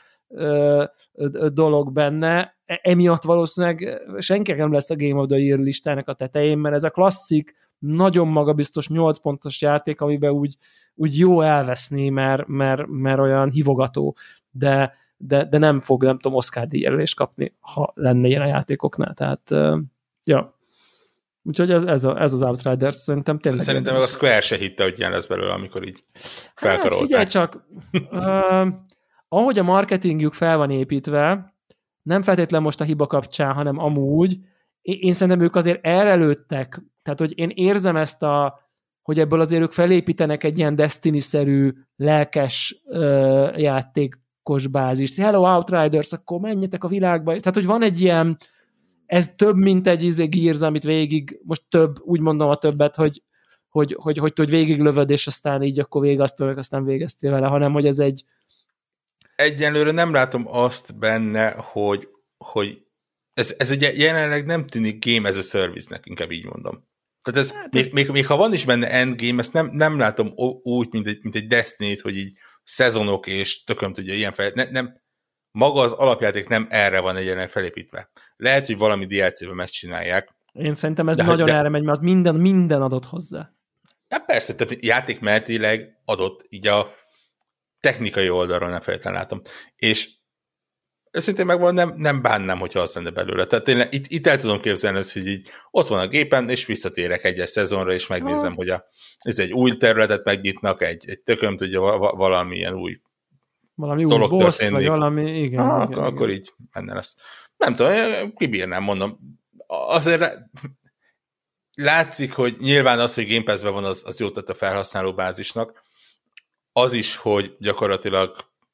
[SPEAKER 1] dolog benne, emiatt valószínűleg senkinek nem lesz a Game of the Year listának a tetején, mert ez a klasszik, nagyon magabiztos 8 pontos játék, amiben úgy jó elveszni, mert olyan hívogató, de nem fog, nem tudom, Oscar-díj jelölést kapni, ha lenne ilyen a játékoknál. Tehát, ja. Úgyhogy ez az Outriders szerintem tényleg...
[SPEAKER 2] Szerintem meg a Square se hitte, hogy ilyen lesz belőle, amikor így felkarolták.
[SPEAKER 1] Hát figyelj csak, ahogy a marketingjük fel van építve, nem feltétlen most a hiba kapcsán, hanem amúgy, én szerintem ők azért elrelődtek, tehát hogy én érzem ezt hogy ebből azért ők felépítenek egy ilyen Destiny-szerű lelkes játékos bázist. Hello Outriders, akkor menjetek a világba. Tehát, hogy van egy ilyen, ez több, mint egy Gears, amit végig, most több, úgy mondom a többet, hogy végig lövöd, és aztán így akkor végeztél, aztán végeztél vele, hanem hogy ez egy...
[SPEAKER 2] Egyenlőre nem látom azt benne, hogy ez ugye jelenleg nem tűnik game as a service-nek, inkább így mondom. Tehát még ha van is benne endgame, ezt nem látom úgy, mint egy Destiny-t, hogy így szezonok, és tököm tudja, ilyen nem, maga az alapjáték nem erre van egyenlően felépítve. Lehet, hogy valami DLC-ben megcsinálják.
[SPEAKER 1] Én szerintem ez nagyon erre megy, mert minden adott hozzá.
[SPEAKER 2] Ja, persze, tehát játékmenetileg adott, így a technikai oldalról nem feltétlenül látom. És őszintén megvan, nem bánnám, hogyha azt lenne belőle. Tehát tényleg itt el tudom képzelni azt, hogy így ott van a gépen, és visszatérek egyes szezonra, és megnézem, hogy ez egy új területet megnyitnak, egy tököm tudja valamilyen új
[SPEAKER 1] valami új boss, vagy valami, igen.
[SPEAKER 2] Akkor így menne lesz. Nem tudom, kibírnám, mondom. Azért látszik, hogy nyilván az, hogy Game Pass-ben van, az jót tett a felhasználó bázisnak. Az is, hogy gyakorlatilag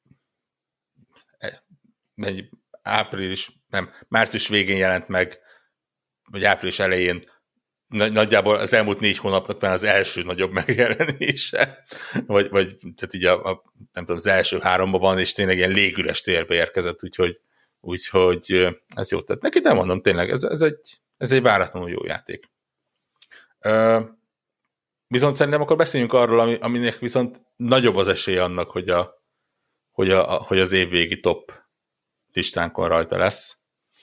[SPEAKER 2] március végén jelent meg, vagy április elején nagyjából az elmúlt 4 hónapnak van az első nagyobb megjelenése, vagy tehát így nem tudom, az első 3-ban van, és tényleg ilyen légüres térbe érkezett, úgyhogy ez jó. Tehát neki nem mondom, tényleg ez egy váratlanul jó játék. Viszont szerintem akkor beszéljünk arról, aminek viszont nagyobb az esély annak, hogy az évvégi top listánkon rajta lesz.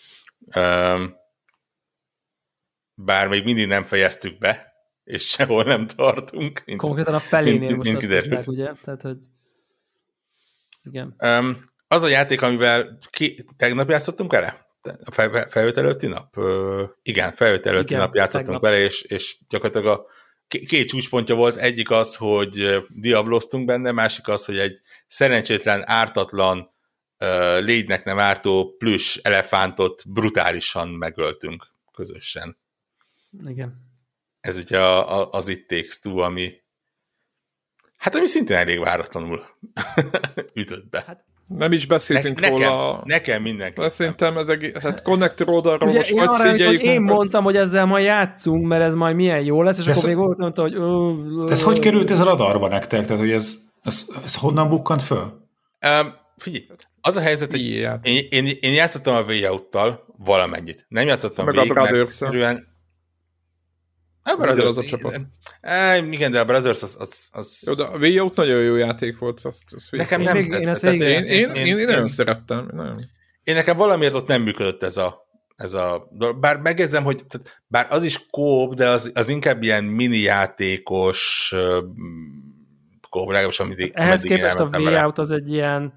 [SPEAKER 2] Bár még mindig nem fejeztük be, és sehol nem tartunk.
[SPEAKER 1] Konkrétan a felénél most kiderült. Ugye? Tehát, hogy igen.
[SPEAKER 2] Az a játék, amivel tegnap játszottunk vele? A felvétel előtti nap? Igen, felvétel előtti nap játszottunk vele, és gyakorlatilag a két csúcspontja volt. Egyik az, hogy diabloztunk benne, másik az, hogy egy szerencsétlen, ártatlan, légynek nem ártó plüss elefántot brutálisan megöltünk közösen.
[SPEAKER 1] Igen.
[SPEAKER 2] Ez ugye az It Takes Two, ami szintén elég váratlanul ütött be. Hát,
[SPEAKER 3] nem is beszéltünk róla.
[SPEAKER 2] Nekem mindenki.
[SPEAKER 3] Szerintem ez hát connector oldalról most vagy szégyeljük.
[SPEAKER 1] Én mondtam, hogy ezzel majd játszunk, mert ez majd milyen jó lesz, és akkor még volt mondta, hogy...
[SPEAKER 4] Ez hogy került ez a radarba nektek? Tehát, hogy ez honnan bukkant föl?
[SPEAKER 2] Figyelj, az a helyzet, hogy én játszottam a Way Out-tal valamennyit. Nem játszottam meg végig, mert egyszerűen... A Brothers az a csapat. Igen, de a Brothers az...
[SPEAKER 3] Jó, de a Way Out nagyon jó játék volt.
[SPEAKER 2] Nekem nem tetszett.
[SPEAKER 3] Én nagyon szerettem.
[SPEAKER 2] Én nekem valamiért ott nem működött ez a bár megjegyzem, hogy bár az is kóp, de az inkább ilyen mini játékos kóp, legalábbis ameddig
[SPEAKER 1] ehhez képest a Way Out az egy ilyen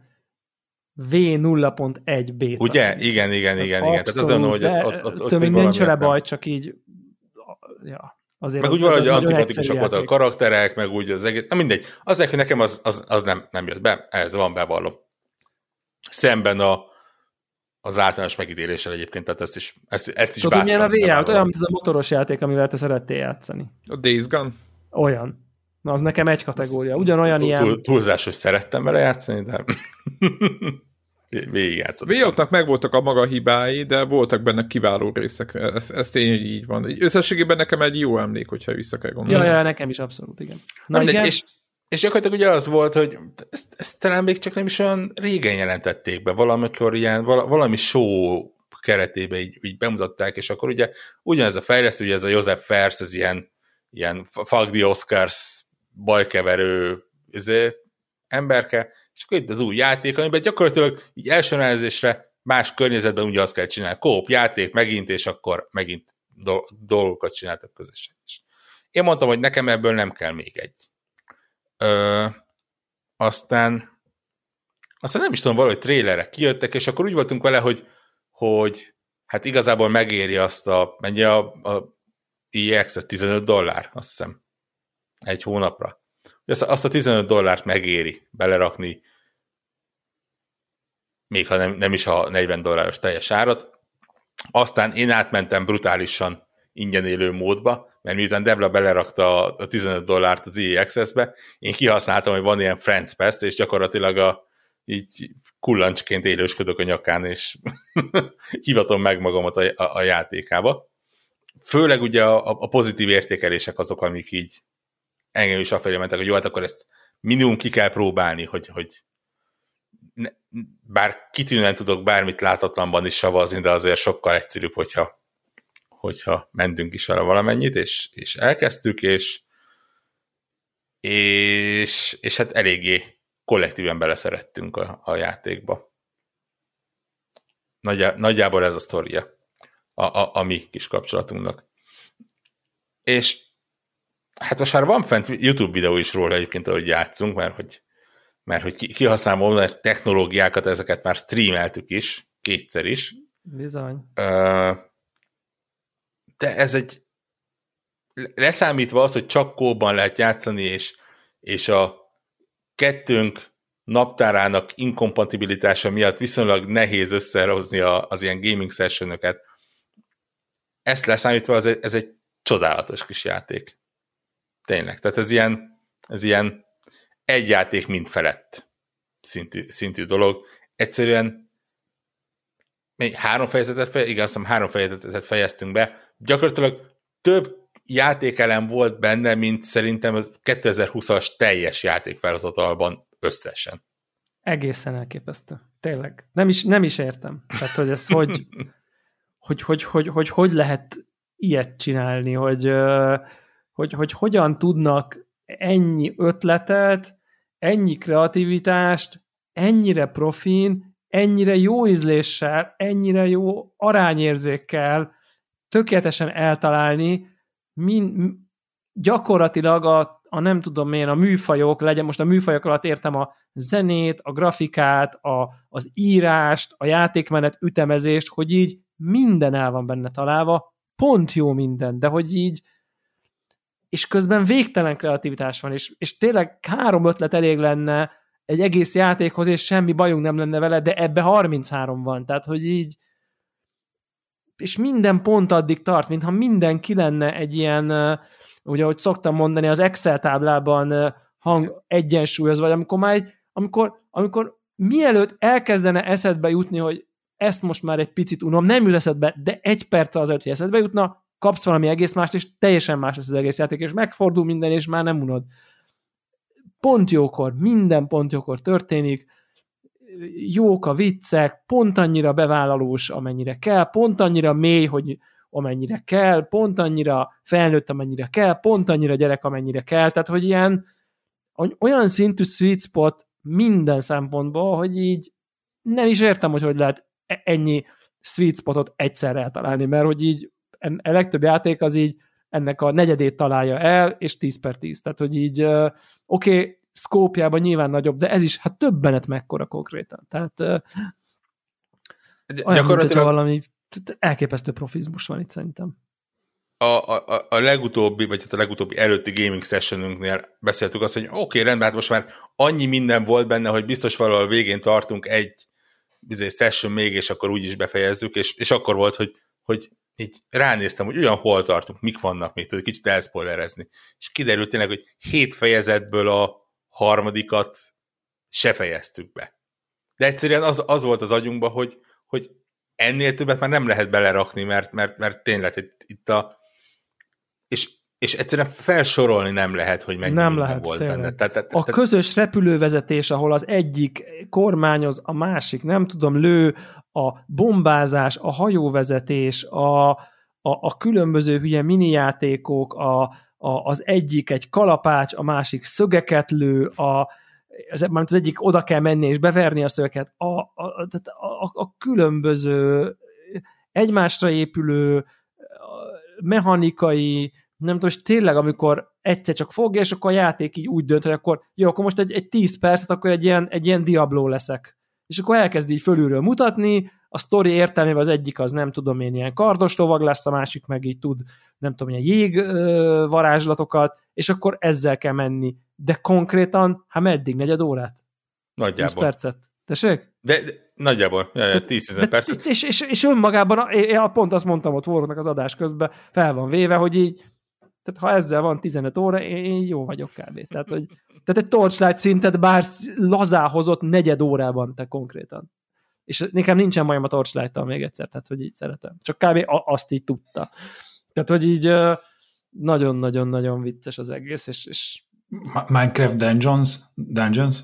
[SPEAKER 1] V0.1 beta.
[SPEAKER 2] Ugye? Igen. Tehát azon, hogy ott
[SPEAKER 1] nincs vele baj, csak így azért
[SPEAKER 2] meg úgy valahogy antipatikusak voltak a karakterek, meg úgy az egész, mindegy. Az hogy nekem az nem jött be, ez van, bevallom. Szemben az általános megítéléssel egyébként, tehát ezt is bátran.
[SPEAKER 1] Tudod, milyen a Way Out? Olyan, mint ez a motoros játék, amivel te szerettél játszani.
[SPEAKER 3] A Days Gone?
[SPEAKER 1] Olyan. Na, az nekem egy kategória. Ugyanolyan ilyen...
[SPEAKER 2] Túlzás, hogy szerettem vele játszani, de... végigjátszottam.
[SPEAKER 3] Way Out-nak megvoltak a maga hibái, de voltak benne kiváló részek. Ez tény, hogy így van. Összességében nekem egy jó emlék, hogyha vissza kell gondolni.
[SPEAKER 1] Ja, nekem is abszolút, igen. Na,
[SPEAKER 2] igen. És gyakorlatilag ugye az volt, hogy ezt talán még csak nem is olyan régen jelentették be, valamikor ilyen, valami show keretében így bemutatták, és akkor ugye ugyanez a fejlesztő, ugye ez a Joseph Fares, ez ilyen fuck the Oscars bajkeverő emberke, és akkor itt az új játék, amiben gyakorlatilag így első ránézésre más környezetben ugye azt kell csinálni, kóp, játék, megint, és akkor megint dolgokat csináltak közösen is. Én mondtam, hogy nekem ebből nem kell még egy. Aztán nem is tudom, valahogy trélerek kijöttek, és akkor úgy voltunk vele, hogy hát igazából megéri azt mennyi a EA Access, $15, azt hiszem, egy hónapra. Azt a $15 megéri belerakni, még ha nem is a $40 teljes árat. Aztán én átmentem brutálisan ingyen élő módba, mert miután Debla belerakta a $15 az EA Access-be, én kihasználtam, hogy van ilyen Friends Pass, és gyakorlatilag így kullancsként élősködök a nyakán, és hivatom meg magamat a játékába. Főleg ugye a pozitív értékelések azok, amik így engem is afelé mentek, hogy jó, hát akkor ezt minimum ki kell próbálni, hogy bár kitűnően tudok bármit látatlanban is savazni, de azért sokkal egyszerűbb, hogyha mentünk is vele valamennyit, és elkezdtük, és hát eléggé kollektíven beleszerettünk a játékba. Nagyjából ez a sztoria a mi kis kapcsolatunknak. És hát most már van fent YouTube videó is róla egyébként, ahogy játszunk, mert hogy kihasználom modern technológiákat, ezeket már streameltük is, 2-szer is.
[SPEAKER 1] Bizony.
[SPEAKER 2] De ez egy leszámítva az, hogy csak kóban lehet játszani, és a kettőnk naptárának inkompatibilitása miatt viszonylag nehéz összehozni az ilyen gaming sessionöket. Ezt leszámítva ez egy csodálatos kis játék. Tényleg. Tehát ez ilyen egy játék mind felett szintű dolog. Egyszerűen még 3 fejezetet fejeztünk be. Gyakorlatilag több játékelem volt benne, mint szerintem az 2020-as teljes játékfelhozatalban összesen.
[SPEAKER 1] Egészen elképesztő. Tényleg. Nem is értem. Tehát, hogy ez hogy lehet ilyet csinálni, hogy hogyan tudnak ennyi ötletet, ennyi kreativitást, ennyire profin, ennyire jó ízléssel, ennyire jó arányérzékkel tökéletesen eltalálni, gyakorlatilag a nem tudom én, a műfajok, legyen most a műfajok alatt értem a zenét, a grafikát, az írást, a játékmenet ütemezést, hogy így minden el van benne találva, pont jó minden, de hogy így, és közben végtelen kreativitás van, és tényleg 3 ötlet elég lenne egy egész játékhoz, és semmi bajunk nem lenne vele, de ebbe 33 van, tehát hogy így, és minden pont addig tart, mintha minden ki lenne egy ilyen, ugye, ahogy szoktam mondani, az Excel táblában egyensúlyozva, vagy amikor mielőtt elkezdene eszedbe jutni, hogy ezt most már egy picit unom, nem jut eszedbe, de 1 perc azért, hogy eszedbe jutna, kapsz valami egész mást, és teljesen más lesz az egész játék, és megfordul minden, és már nem unod. Pont jókor, minden pont jókor történik, jók a viccek, pont annyira bevállalós, amennyire kell, pont annyira mély, hogy amennyire kell, pont annyira felnőtt, amennyire kell, pont annyira gyerek, amennyire kell, tehát hogy olyan szintű sweet spot minden szempontból, hogy így nem is értem, hogy lehet ennyi sweet spotot egyszerre eltalálni, mert hogy így a legtöbb játék az így ennek a negyedét találja el, és 10/10. Tehát, hogy így oké, szkópjában nyilván nagyobb, de ez is, hát többenet mekkora konkrétan. Tehát gyakorlatilag valami elképesztő profizmus van itt szerintem.
[SPEAKER 2] A legutóbbi, vagy hát a legutóbbi előtti gaming sessionünknél beszéltük azt, hogy oké, rendben, hát most már annyi minden volt benne, hogy biztos valahol végén tartunk egy session még, és akkor úgyis befejezzük, és akkor volt, hogy így ránéztem, hogy olyan hol tartunk, mik vannak még, tudod, kicsit elszpoilerezni. És kiderült tényleg, hogy 7 fejezetből a 3. se fejeztük be. De egyszerűen az volt az agyunkban, hogy ennél többet már nem lehet belerakni, mert tényleg itt és egyszerűen felsorolni nem lehet, hogy mennyi
[SPEAKER 1] nem
[SPEAKER 2] minden
[SPEAKER 1] lehet,
[SPEAKER 2] volt
[SPEAKER 1] tényleg.
[SPEAKER 2] benne.
[SPEAKER 1] A közös repülővezetés, ahol az egyik kormányoz, a másik, nem tudom, lő, a bombázás, a hajóvezetés, a különböző hülye minijátékok, az egyik egy kalapács, a másik szögeket lő, az egyik oda kell menni és beverni a szögeket, a különböző egymásra épülő mechanikai, nem tudom, és tényleg, amikor egyszer csak fogja, és akkor a játék így úgy dönt, hogy akkor jó, akkor most egy 10 percet, akkor egy ilyen Diablo leszek. És akkor elkezd így fölülről mutatni, a sztori értelmében az egyik az nem tudom én, ilyen kardos lovag lesz, a másik meg így tud, nem tudom, ilyen jégvarázslatokat, és akkor ezzel kell menni. De konkrétan, hát meddig? 4 órát?
[SPEAKER 2] Nagyjából.
[SPEAKER 1] 20 percet. Tessék?
[SPEAKER 2] De nagyjából, 10-15 percet.
[SPEAKER 1] És önmagában, pont azt mondtam ott Warhawknak az adás közben, fel van véve, hogy így, tehát ha ezzel van 15 óra, én jó vagyok kb. Tehát egy Torchlight szintet bár lazáhozott 4 órában te konkrétan. És nekem nincsen bajom a Torchlight-tal még egyszer, tehát hogy így szeretem. Csak kb. Azt így tudta. Tehát, hogy így nagyon-nagyon-nagyon vicces az egész, és
[SPEAKER 4] Minecraft Dungeons?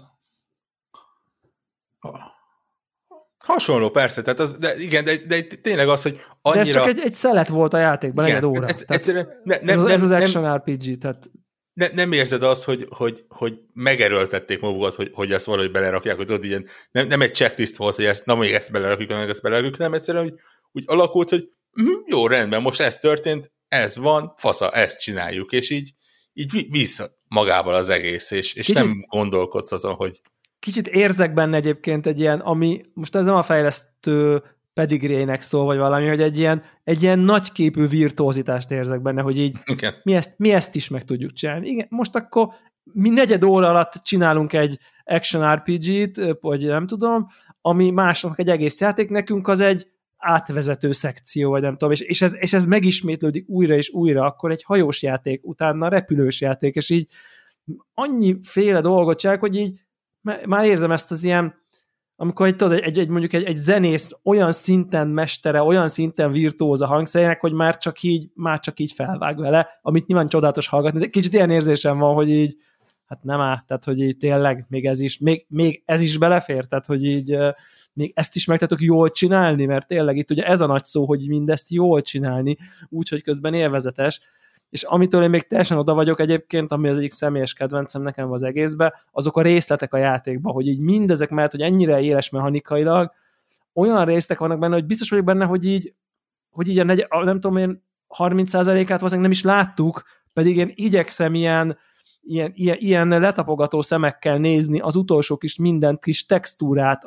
[SPEAKER 2] Hasonló, persze, tehát de tényleg az, hogy annyira...
[SPEAKER 1] De ez csak egy szelet volt a játékban, 4 óra.
[SPEAKER 2] Egyszerűen
[SPEAKER 1] ez az Action RPG, tehát...
[SPEAKER 2] nem érzed azt, hogy megerőltették magukat, hogy ezt valahogy belerakják, hogy tudod, ilyen, nem egy checklist volt, hogy ezt, na még ezt belerakjuk, meg ezt belerakjuk, nem egyszerűen, hogy úgy alakult, hogy jó, rendben, most ez történt, ez van, fasza, ezt csináljuk, és így vissza magával az egész, és nem gondolkodsz azon, hogy...
[SPEAKER 1] Kicsit érzek benne egyébként egy ilyen, ami most ez nem a fejlesztő pedigrének szól, vagy valami, hogy egy ilyen nagyképű virtuózitást érzek benne, hogy így mi ezt is meg tudjuk csinálni. Igen, most akkor mi 4 óra alatt csinálunk egy action RPG-t, vagy nem tudom, ami másnak egy egész játék, nekünk az egy átvezető szekció, vagy nem tudom, és ez megismétlődik újra és újra, akkor egy hajós játék, utána repülős játék, és így annyiféle dolgot csinálják, hogy így már érzem ezt az ilyen, amikor mondjuk egy zenész olyan szinten mestere, olyan szinten virtuóz a hangszerének, hogy már csak így felvág vele, amit nyilván csodálatos hallgatni, de kicsit ilyen érzésem van, hogy így, hát nem áll, tehát hogy így tényleg még ez is belefér, tehát hogy így még ezt is meg tudok jól csinálni, mert tényleg itt ugye ez a nagy szó, hogy mindezt jól csinálni, úgyhogy közben élvezetes, és amitől én még teljesen oda vagyok egyébként, ami az egyik személyes kedvencem nekem az egészben, azok a részletek a játékban, hogy így mindezek mellett, hogy ennyire éles mechanikailag, olyan részletek vannak benne, hogy biztos vagyok benne, hogy így nem tudom én 30%-át valószínűleg nem is láttuk, pedig én igyekszem ilyen letapogató szemekkel nézni az utolsó kis mindent, kis textúrát,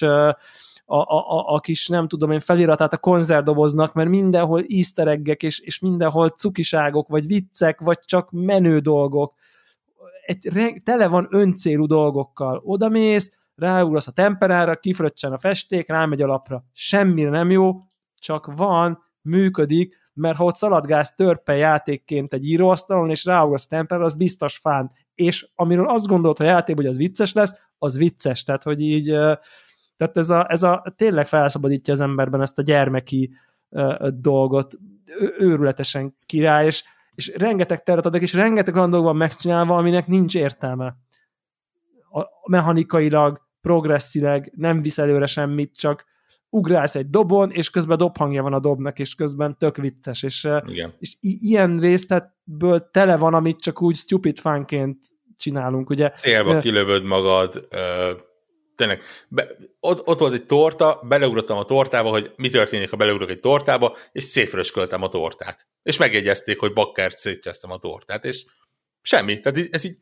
[SPEAKER 1] a kis, nem tudom én, feliratát a konzervdoboznak, mert mindenhol easter eggek, és mindenhol cukiságok, vagy viccek, vagy csak menő dolgok. Tele van öncélú dolgokkal. Odamész, ráugrasz a temperára, kifröccsen a festék, rámegy a lapra. Semmire nem jó, csak van, működik, mert ha ott szaladgálsz törpe játékként egy íróasztalon, és ráugrasz a temperára, az biztos fán. És amiről azt gondolod, hogy a játék, hogy az vicces lesz, az vicces. Tehát, hogy így tehát ez a tényleg felszabadítja az emberben ezt a gyermeki dolgot, őrületesen király, és rengeteg teret adok, és rengeteg olyan dolog van megcsinálva, aminek nincs értelme. Mechanikailag, progresszileg nem visz előre semmit, csak ugrálsz egy dobon, és közben dobhangja van a dobnak, és közben tök vicces, és ilyen részletből tele van, amit csak úgy stupid funként csinálunk, ugye.
[SPEAKER 2] Célba kilövöd magad, tényleg, ott volt egy torta, beleugrottam a tortába, hogy mi történik, ha beleugrok egy tortába, és szétfrösköltem a tortát. És megjegyezték, hogy bakkert szétcsesztem a tortát, és semmi. Tehát ez így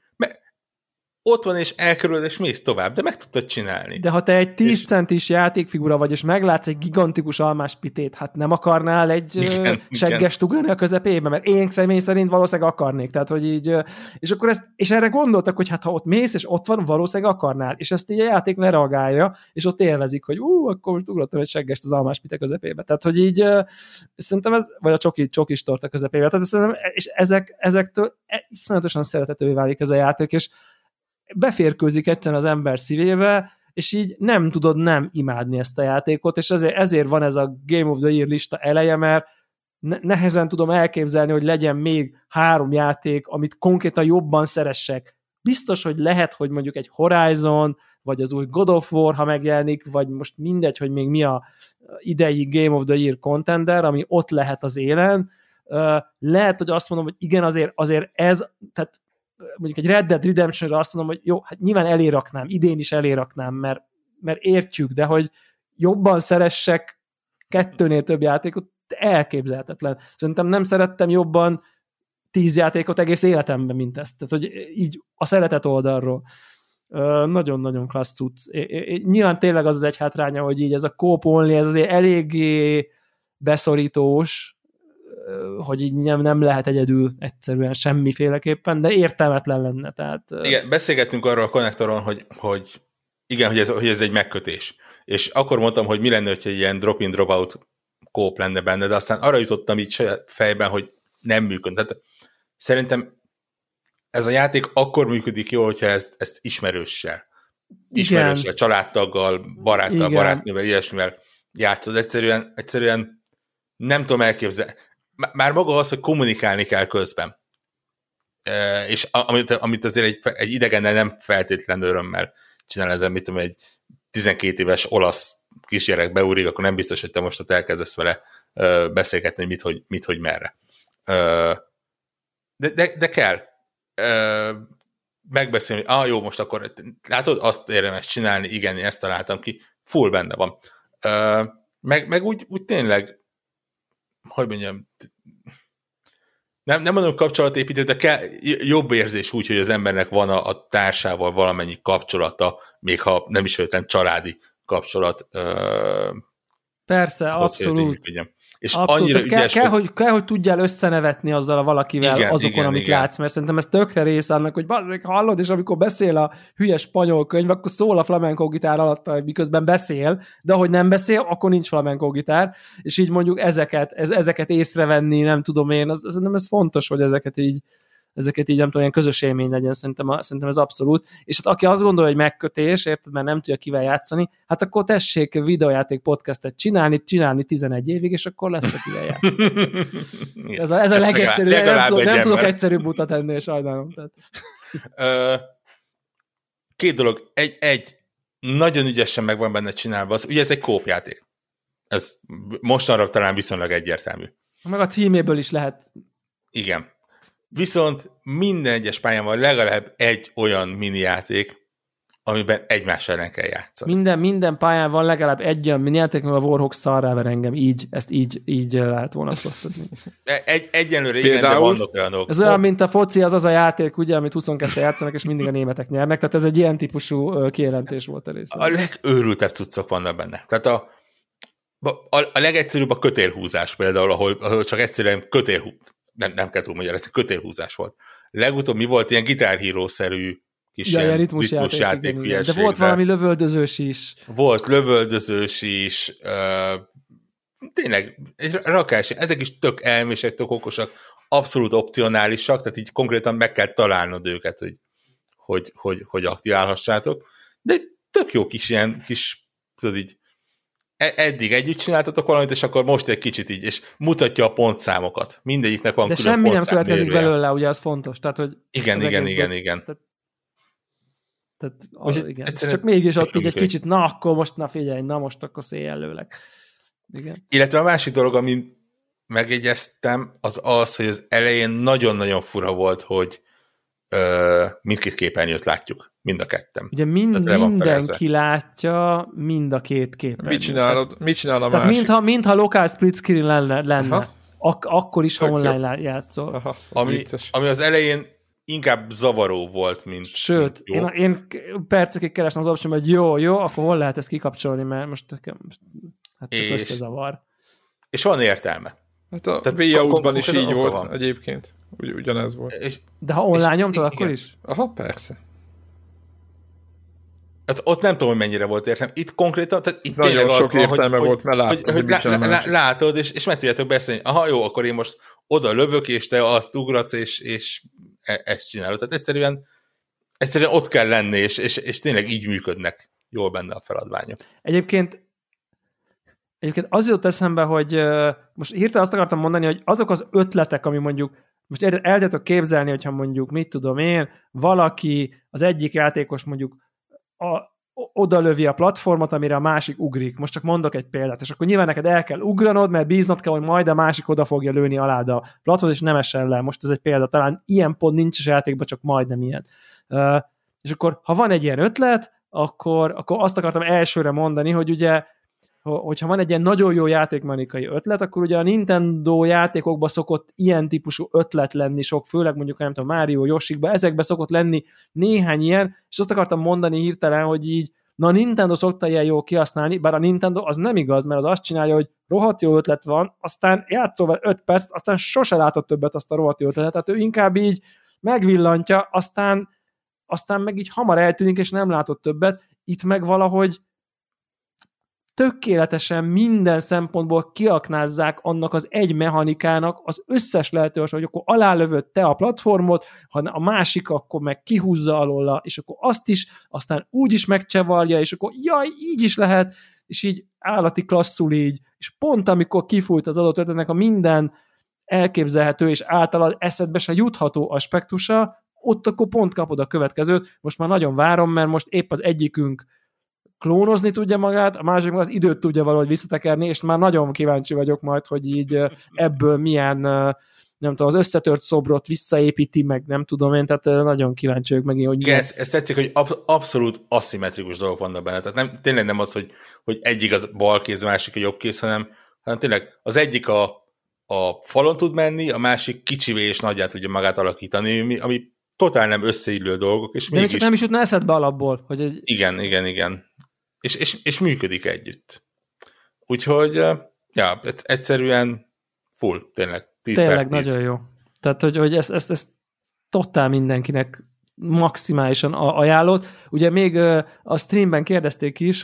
[SPEAKER 2] ott van, és elkerülöd, és mész tovább, de meg tudtad csinálni.
[SPEAKER 1] De ha te egy 10 centis játékfigura vagy, és meglátsz egy gigantikus almáspitét, hát nem akarnál egy seggest ugrani a közepébe, mert én személy szerint valószínűleg akarnék. Tehát, hogy így, és akkor és erre gondoltak, hogy hát ha ott mész, és ott van, valószínűleg akarnál. És ezt így a játék lereagálja, és ott élvezik, hogy akkor most ugrottam egy seggest az almáspite közepébe. Tehát, hogy így szerintem ez, vagy a csokis torta közepébe. Tehát szerintem, és ezektől iszonyatosan szerethetővé válik ez a játék, és beférkőzik egyszerűen az ember szívébe, és így nem tudod nem imádni ezt a játékot, és ezért van ez a Game of the Year lista eleje, mert nehezen tudom elképzelni, hogy legyen még 3 játék, amit konkrétan jobban szeressek. Biztos, hogy lehet, hogy mondjuk egy Horizon, vagy az új God of War, ha megjelenik, vagy most mindegy, hogy még mi a idei Game of the Year contender, ami ott lehet az élen. Lehet, hogy azt mondom, hogy igen, azért ez, tehát mondjuk egy Red Dead Redemption-re azt mondom, hogy jó, hát nyilván eléraknám, idén is eléraknám, mert értjük, de hogy jobban szeressek 2-nél több játékot, elképzelhetetlen. Szerintem nem szerettem jobban 10 játékot egész életemben, mint ezt. Tehát, hogy így a szeretet oldalról. Nagyon-nagyon klassz cucc. Nyilván tényleg az egy hátránya, hogy így ez a co-op only, ez azért eléggé beszorítós, hogy így nem lehet egyedül egyszerűen semmiféleképpen, de értelmetlen lenne. Tehát,
[SPEAKER 2] igen, beszélgettünk arról a konnektoron, hogy igen, hogy ez egy megkötés. És akkor mondtam, hogy mi lenne, hogyha ilyen drop-in, drop-out co-op lenne benne, de aztán arra jutottam így fejben, hogy nem működik. Tehát szerintem ez a játék akkor működik jól, hogyha ezt ismerőssel, családtaggal, baráttal, barátnővel, ilyesmivel játszod. Egyszerűen nem tudom elképzelni. Már maga az, hogy kommunikálni kell közben. És amit azért egy idegennel nem feltétlenül örömmel csinál ezen, mit tudom, egy 12 éves olasz kisgyerek beúrik, akkor nem biztos, hogy te most ott elkezdesz vele beszélgetni, hogy mit, hogy merre. De kell. megbeszélni, hogy jó, most akkor látod, azt érdemes csinálni, igen, én ezt találtam ki, full benne van. Meg úgy tényleg, hogy mondjam, nem mondom kapcsolatépítő, de jobb érzés úgy, hogy az embernek van a társával valamennyi kapcsolata, még ha nem is ötlen családi kapcsolat.
[SPEAKER 1] Persze, abszolút.
[SPEAKER 2] És annyira ügyes,
[SPEAKER 1] kell, hogy tudjál összenevetni azzal a valakivel, igen, azokon, amit igen. látsz, mert szerintem ez tökre része annak, hogy hallod, és amikor beszél a hülye spanyol könyv, akkor szól a flamenco gitár alatt, miközben beszél, de ahogy nem beszél, akkor nincs flamenco gitár, és így mondjuk ezeket észrevenni, nem tudom én, szerintem ez fontos, hogy ezeket így nem tudom, ilyen közös élmény legyen, szerintem ez abszolút. És hát aki azt gondolja, hogy megkötés, érted, mert nem tudja kivel játszani, hát akkor tessék videójáték podcastet csinálni 11 évig, és akkor lesz a kivel játszani. Ez a legegyszerűbb, nem tudok egyszerűbb utat ennél, sajnálom.
[SPEAKER 2] Két dolog. Egy nagyon ügyesen meg van benne csinálva, ugye ez egy kópjáték. Ez mostanra talán viszonylag egyértelmű.
[SPEAKER 1] Meg a címéből is lehet.
[SPEAKER 2] Igen. Viszont minden egyes pályán van legalább egy olyan minijáték, amiben egymás ellen kell játszani.
[SPEAKER 1] Minden pályán van legalább egy olyan minijáték, amivel a Warhawk szarrá ver engem. Ezt így lehet volna fosztatni.
[SPEAKER 2] Egyenlőre igen, de vannak olyanok.
[SPEAKER 1] Ez olyan, mint a foci, az a játék, ugye, amit 22 játszanak, és mindig a németek nyernek. Tehát ez egy ilyen típusú kijelentés volt a részben.
[SPEAKER 2] A legőrültebb cuccok vannak benne. Tehát a legegyszerűbb a kötélhúzás például, ahol csak egyszerűen nem kell túl magyarázni, kötélhúzás volt. Legutóbb mi volt ilyen Guitar Hero-szerű kis ritmusjáték.
[SPEAKER 1] De volt valami lövöldözős is.
[SPEAKER 2] Volt lövöldözős is. Tényleg, egy rakás, ezek is tök elmések, tök okosak, abszolút opcionálisak, tehát így konkrétan meg kell találnod őket, hogy aktiválhassátok. De tök jó kis tudod így, eddig együtt csináltatok valamit, és akkor most egy kicsit így, és mutatja a pontszámokat. Mindegyiknek van külön pontszám.
[SPEAKER 1] De semmi nem következik belőle, ugye az fontos. Tehát, hogy
[SPEAKER 2] igen.
[SPEAKER 1] Igen. Csak mégis ott így egy kicsit, figyelj, most akkor széjjellőlek. Igen.
[SPEAKER 2] Illetve a másik dolog, amin megjegyeztem, az, hogy az elején nagyon-nagyon fura volt, hogy mindkét képernyőt látjuk. Mind a ketten.
[SPEAKER 1] Ugye mindenki látja mind a két képernyőt.
[SPEAKER 3] Mit csinál a másik?
[SPEAKER 1] Mintha lokál split screen lenne. Akkor is, ha online játszol.
[SPEAKER 3] Aha,
[SPEAKER 2] ami az elején inkább zavaró volt, mint
[SPEAKER 1] sőt,
[SPEAKER 2] jó.
[SPEAKER 1] Én percekig kerestem az option, hogy jó, akkor hol lehet ezt kikapcsolni, mert most csak összezavar.
[SPEAKER 2] És van értelme.
[SPEAKER 3] Hát a V-Out-ban is így volt van. Egyébként. Ugyanez volt.
[SPEAKER 1] De ha online nyomtad, akkor is?
[SPEAKER 3] Aha, persze.
[SPEAKER 2] Hát ott nem tudom, hogy mennyire volt értelme. Itt konkrétan, tehát itt
[SPEAKER 3] nagyon
[SPEAKER 2] tényleg
[SPEAKER 3] sok értelme volt, mert
[SPEAKER 2] látod, és meg tudjátok beszélni, jó, akkor én most oda lövök, és te azt ugratsz, és ezt csinálod. Tehát egyszerűen ott kell lenni, és tényleg így működnek jól benne a feladványok.
[SPEAKER 1] Egyébként az jutott eszembe, hogy most hirtelen azt akartam mondani, hogy azok az ötletek, ami mondjuk, most el tudok képzelni, hogyha mondjuk, mit tudom én, valaki, az egyik játékos mondjuk oda lövi a platformot, amire a másik ugrik. Most csak mondok egy példát, és akkor nyilván neked el kell ugranod, mert bíznod kell, hogy majd a másik oda fogja lőni alád a platformot, és nem essen le. Most ez egy példa, talán ilyen pont nincs is a játékban, csak majdnem ilyen. És akkor, ha van egy ilyen ötlet, akkor azt akartam elsőre mondani, hogy ugye hogyha van egy ilyen nagyon jó játékmechanikai ötlet, akkor ugye a Nintendo játékokban szokott ilyen típusú ötlet lenni sok, főleg mondjuk nem tudom, Mario, Yoshikban, ezekben szokott lenni néhány ilyen, és azt akartam mondani hirtelen, hogy így, a Nintendo szokta ilyen jól kihasználni, bár a Nintendo az nem igaz, mert az azt csinálja, hogy rohadt jó ötlet van, aztán játszol vele 5 perc, aztán sose látott többet azt a rohadt jó ötletet, tehát ő inkább így megvillantja, aztán meg így hamar eltűnik, és nem látott többet, itt meg valahogy tökéletesen minden szempontból kiaknázzák annak az egy mechanikának az összes lehetőség, hogy akkor alálövöd te a platformot, ha a másik akkor meg kihúzza alóla, és akkor azt is, aztán úgy is megcsevarja, és akkor jaj, így is lehet, és így állati klasszul így, és pont amikor kifújt az adott ötletnek a minden elképzelhető és általad eszedbe se jutható aspektusa, ott akkor pont kapod a következőt. Most már nagyon várom, mert most épp az egyikünk klónozni tudja magát, a másik meg az időt tudja valahogy visszatekerni, és már nagyon kíváncsi vagyok majd, hogy így ebből milyen nem tudom, az összetört szobrot visszaépíti, meg nem tudom én, tehát nagyon kíváncsi vagyok megint, hogy...
[SPEAKER 2] Igen, ez tetszik, hogy abszolút aszimmetrikus dolgok vannak benne, tehát tényleg nem az, hogy egyik az bal kéz, a másik a jobb kéz, hanem tényleg az egyik a falon tud menni, a másik kicsivé és nagyját tudja magát alakítani, ami totál nem összeillő dolgok, és
[SPEAKER 1] de
[SPEAKER 2] mégis...
[SPEAKER 1] nem is jutna eszedbe alapból, hogy egy...
[SPEAKER 2] Igen. És működik együtt. Úgyhogy, ja, egyszerűen full, tényleg. 10
[SPEAKER 1] tényleg nagyon jó. Tehát, hogy ezt totál mindenkinek maximálisan ajánlott. Ugye még a streamben kérdezték is,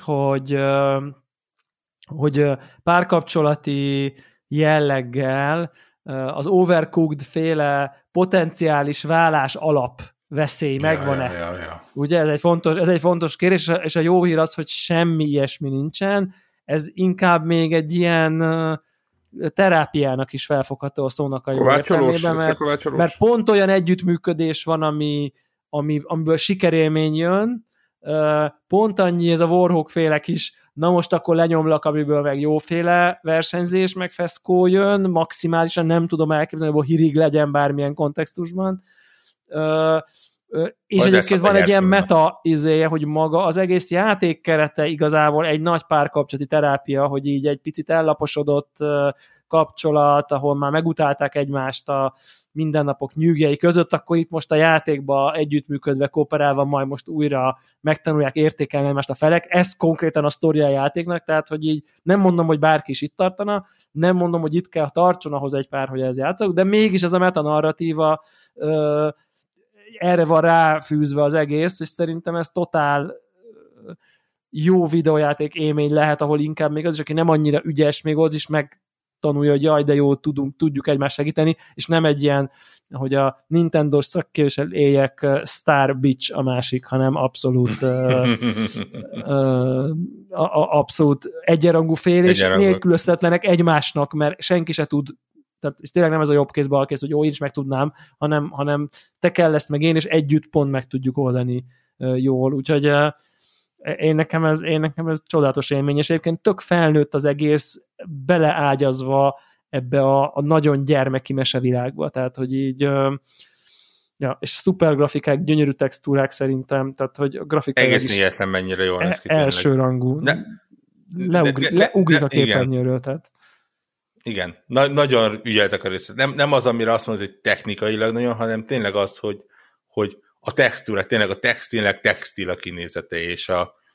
[SPEAKER 1] hogy párkapcsolati jelleggel az Overcooked féle potenciális válás alap veszély megvan-e?
[SPEAKER 4] Ja.
[SPEAKER 1] Ugye ez egy fontos kérdés, és a jó hír az, hogy semmi ilyesmi nincsen. Ez inkább még egy ilyen terápiának is felfogható a szónak a jó értelmében, mert pont olyan együttműködés van, amiből sikerélmény jön, pont annyi ez a Warhawk féle is, na most akkor lenyomlak, amiből meg jóféle versenyzés, meg feszkó jön, maximálisan nem tudom elképzelni, hogy hírig legyen bármilyen kontextusban. És majd egyébként van egy ilyen meta izéje, hogy maga az egész játék kerete igazából egy nagy párkapcsolati terápia, hogy így egy picit ellaposodott kapcsolat, ahol már megutálták egymást a mindennapok nyűgjei között, akkor itt most a játékba együttműködve, kooperálva majd most újra megtanulják értékelni egymást a felek. Ez konkrétan a sztoria a játéknak, tehát hogy így nem mondom, hogy bárki is itt tartana, nem mondom, hogy itt kell tartson ahhoz egy pár, hogy ez játszok, de mégis ez a metanarratíva erre van ráfűzve az egész, és szerintem ez totál jó videójáték élmény lehet, ahol inkább még az is, aki nem annyira ügyes, még az is megtanulja, hogy jaj, de jó, tudjuk egymást segíteni, és nem egy ilyen, hogy a Nintendo-s szakképviselő éljek Star Bitch a másik, hanem abszolút egyenrangú fél, és nélkülöztetlenek egymásnak, mert senki se tud. Tehát, és tényleg nem ez a jobb kéz, bal kéz, hogy jó, én is meg tudnám, hanem te kell ezt meg én, és együtt pont meg tudjuk oldani jól. Úgyhogy én nekem ez csodálatos élmény, és egyébként tök felnőtt az egész, beleágyazva ebbe a nagyon gyermeki mesevilágba. Tehát, hogy így ja, és szuper grafikák, gyönyörű textúrák szerintem, tehát, hogy a grafikai
[SPEAKER 2] egész hihetetlen mennyire jól néz ki.
[SPEAKER 1] Első rangú. Leugrik a képernyőről, tehát.
[SPEAKER 2] Igen, nagyon ügyeltek a részlet. Nem az, amire azt mondod, hogy technikailag nagyon, hanem tényleg az, hogy a textúra, tényleg a textil a kinézete, és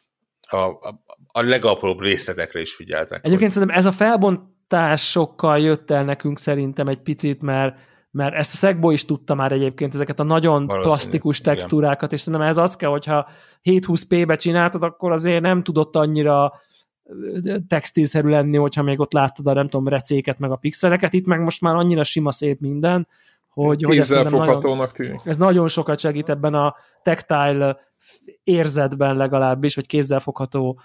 [SPEAKER 2] a legapróbb részletekre is figyeltek.
[SPEAKER 1] Egyébként szerintem ez a felbontásokkal jött el nekünk szerintem egy picit, mert ezt a Sackboy is tudta már egyébként, ezeket a nagyon plastikus textúrákat, igen. És szerintem ez az kell, hogyha 720p-be csináltad, akkor azért nem tudott annyira textilszerű lenni, hogyha még ott láttad a nem tudom, recéket, meg a pixeleket, itt meg most már annyira sima szép minden, hogy ez nagyon sokat segít ebben a tactile érzetben legalábbis, vagy kézzelfogható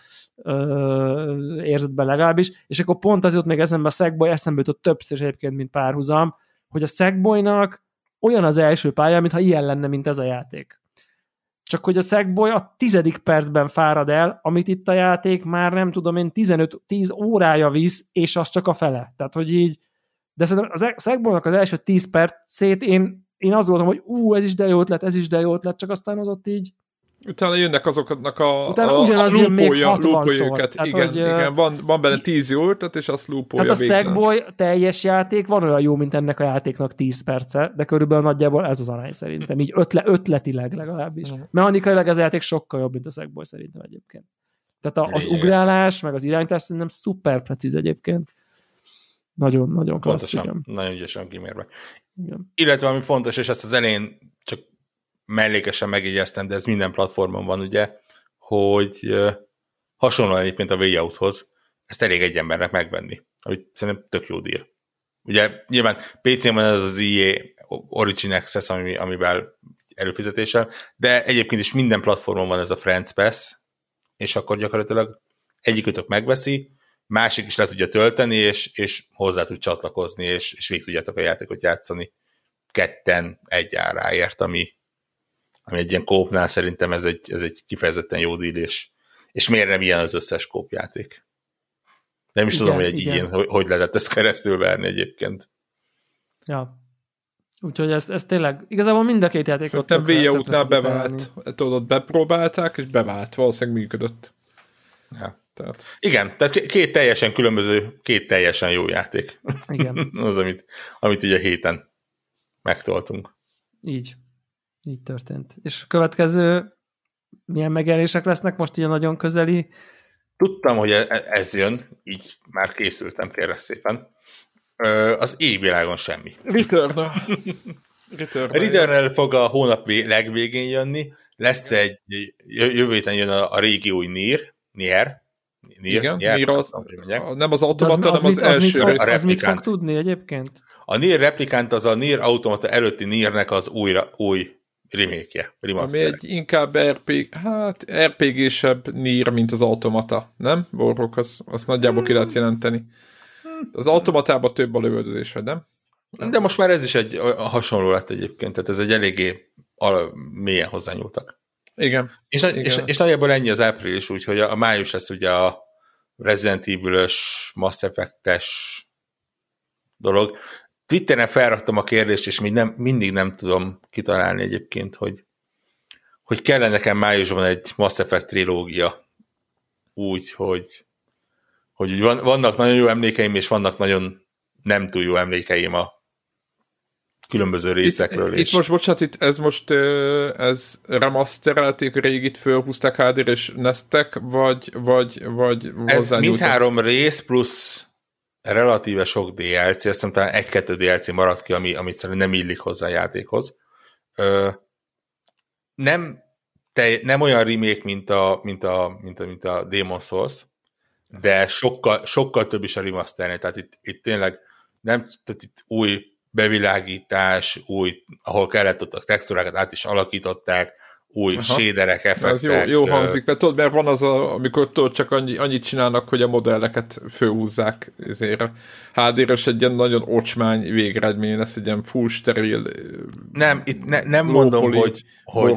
[SPEAKER 1] érzetben legalábbis, és akkor pont az jut még eszembe a Sackboy, eszembe jutott többször egyébként, mint párhuzam, hogy a Sackboynak olyan az első pálya, mintha ilyen lenne, mint ez a játék. Csak hogy a Sackboy a 10. percben fárad el, amit itt a játék már nem tudom én 10 órája visz, és az csak a fele. Tehát, hogy így, de szerintem a Sackboynak az első 10 percét én azt gondolom, hogy ez is de jó ötlet, csak aztán az ott így
[SPEAKER 3] utána jönnek azoknak a
[SPEAKER 1] lúpolja
[SPEAKER 3] őket. Hát, igen, van benne 10 jó ötlet, és azt lúpolja.
[SPEAKER 1] Tehát a Sackboy teljes játék van olyan jó, mint ennek a játéknak 10 perce, de körülbelül nagyjából ez az arány szerintem, így ötletileg legalábbis. Mechanikailag ez a játék sokkal jobb, mint a Sackboy szerintem egyébként. Tehát az ugrálás, meg az irányítás szerintem szuper precíz egyébként. Nagyon klassz.
[SPEAKER 2] Nagyon ügyesen kimérve. Illetve ami fontos, és ezt az elején csak mellékesen megjegyeztem, de ez minden platformon van, ugye, hogy hasonlóan egyébként a Way Out-hoz ezt elég egy embernek megvenni, hogy szerintem tök jó deal. Ugye nyilván PC-n van ez az EA Origin Access, amivel előfizetéssel, de egyébként is minden platformon van ez a Friends Pass, és akkor gyakorlatilag egyikőtök megveszi, másik is le tudja tölteni, és hozzá tud csatlakozni, és végig tudjátok a játékot játszani ketten egy áráért, ami egy ilyen kópnál szerintem ez egy kifejezetten jó deal, és miért nem ilyen az összes kópjáték. Nem is tudom, hogy egy ilyen, hogy lehetett ezt keresztül verni egyébként.
[SPEAKER 1] Ja. Úgyhogy ez tényleg, igazából mind a két játékot...
[SPEAKER 3] Szerintem vége után bevált. Tudod, bepróbálták, és bevált. Valószínűleg működött.
[SPEAKER 2] Ja. Tehát. Igen, tehát két teljesen különböző, két teljesen jó játék.
[SPEAKER 1] Igen.
[SPEAKER 2] Az, amit így a héten megtoltunk.
[SPEAKER 1] Így történt. És a következő milyen megjelenések lesznek most így a nagyon közeli?
[SPEAKER 2] Tudtam, hogy ez jön, így már készültem, kérlek szépen. Az égvilágon semmi. Returnal fog a hónap legvégén jönni. Lesz jövő héten jön a régi új Nier.
[SPEAKER 3] Igen, nem az Automata, hanem az első rész.
[SPEAKER 1] Az mit fog tudni egyébként?
[SPEAKER 2] A Nier Replicant az a Nier Automata előtti Niernek az új remake-je,
[SPEAKER 3] remaster. Ami egy inkább RPG-sebb Nier, mint az Automata, nem? Borrók, azt nagyjából ki lehet jelenteni. Az Automatában több a lövöldözés, vagy nem?
[SPEAKER 2] De most már ez is egy hasonló lett egyébként, tehát ez egy eléggé mélyen hozzányúltak.
[SPEAKER 3] Igen.
[SPEAKER 2] És nagyjából ennyi az április, úgyhogy a május lesz ugye a Resident Evil-ös, Mass Effect-es dolog. Twitteren felraktam a kérdést, és mindig nem tudom kitalálni egyébként, hogy kellene nekem májusban egy Mass Effect trilógia. Úgy, hogy vannak nagyon jó emlékeim, és vannak nagyon nem túl jó emlékeim a különböző részekről.
[SPEAKER 3] Itt most, bocsánat, ez remasterelték, régit fölhúzták HD-re és neztek, vagy
[SPEAKER 2] ez mindhárom rész plusz relatíve sok DLC, azt hiszem talán 1-2 DLC maradt ki, amit szerintem nem illik hozzá a játékhoz. Nem olyan remake, mint a Demon's Souls, de sokkal több is a remasternél, tehát itt tényleg tehát itt új bevilágítás, ahol kellett ott a textúrákat át is alakították, új shaderek, effektek.
[SPEAKER 3] Ez jó hangzik, mert tudod, mert van az, amikor tudod, csak annyit csinálnak, hogy a modelleket fölhúzzák ezért. HD-re egy ilyen nagyon ocsmány végeredmény lesz, egy ilyen full steril.
[SPEAKER 2] Nem mondom, hogy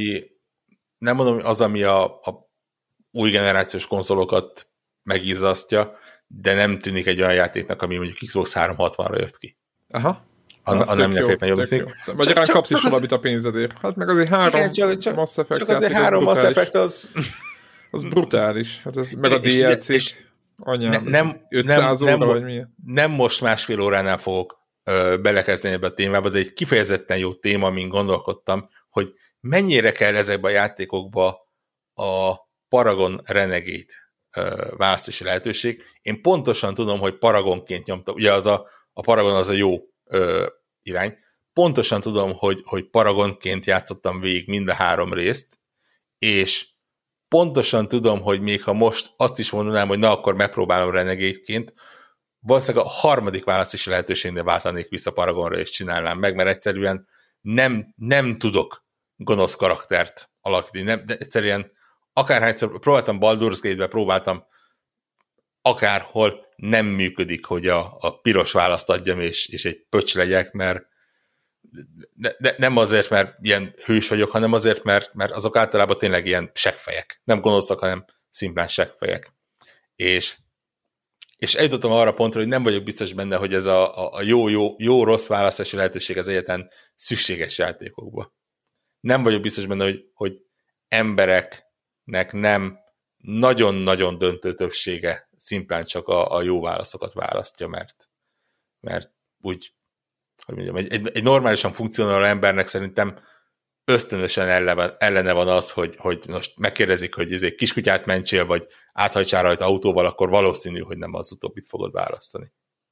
[SPEAKER 2] az, ami a új generációs konzolokat megizzasztja, de nem tűnik egy olyan játéknak, ami mondjuk Xbox 360-ra jött ki.
[SPEAKER 3] Aha.
[SPEAKER 2] Nem mindenképpen jobb hiszik.
[SPEAKER 3] Magyarán kapsz is valamit a pénzedért. Hát meg azért 3 Mass Effect.
[SPEAKER 2] Csak azért 3 Mass Effect az
[SPEAKER 3] brutális. Hát ez, meg a DLC anyám. 500 óra vagy milyen.
[SPEAKER 2] Nem most másfél óránál fogok belekezdeni ebbe a témába, de egy kifejezetten jó téma, amin gondolkodtam, hogy mennyire kell ezekbe a játékokba a Paragon Renegade választási lehetőség. Én pontosan tudom, hogy Paragonként nyomtam, ugye a Paragon az a jó irány. Pontosan tudom, hogy Paragonként játszottam végig mind a 3 részt, és pontosan tudom, hogy még ha most azt is mondanám, hogy na, akkor megpróbálom Renegade-ként, valószínűleg a harmadik választási lehetőségnél váltanék vissza Paragonra, és csinálnám meg, mert egyszerűen nem tudok gonosz karaktert alakítani. Egyszerűen akárhányszor próbáltam Baldur's Gate-be, próbáltam akárhol, nem működik, hogy a piros választ adjam, és egy pöcs legyek, mert nem azért, mert ilyen hős vagyok, hanem azért, mert azok általában tényleg ilyen seggfejek. Nem gonoszak, hanem szimplán seggfejek. És eljutottam arra pontra, hogy nem vagyok biztos benne, hogy ez a jó-rossz választási lehetőség az egyetlen szükséges játékokban. Nem vagyok biztos benne, hogy embereknek nem nagyon-nagyon döntő többsége szimplán csak a jó válaszokat választja, mert úgy, hogy mondjam, egy normálisan funkcionáló embernek szerintem ösztönösen ellene van az, hogy most megkérdezik, hogy ezért kiskutyát mentsél, vagy áthajtsál rajta autóval, akkor valószínű, hogy nem az utóbbit fogod választani.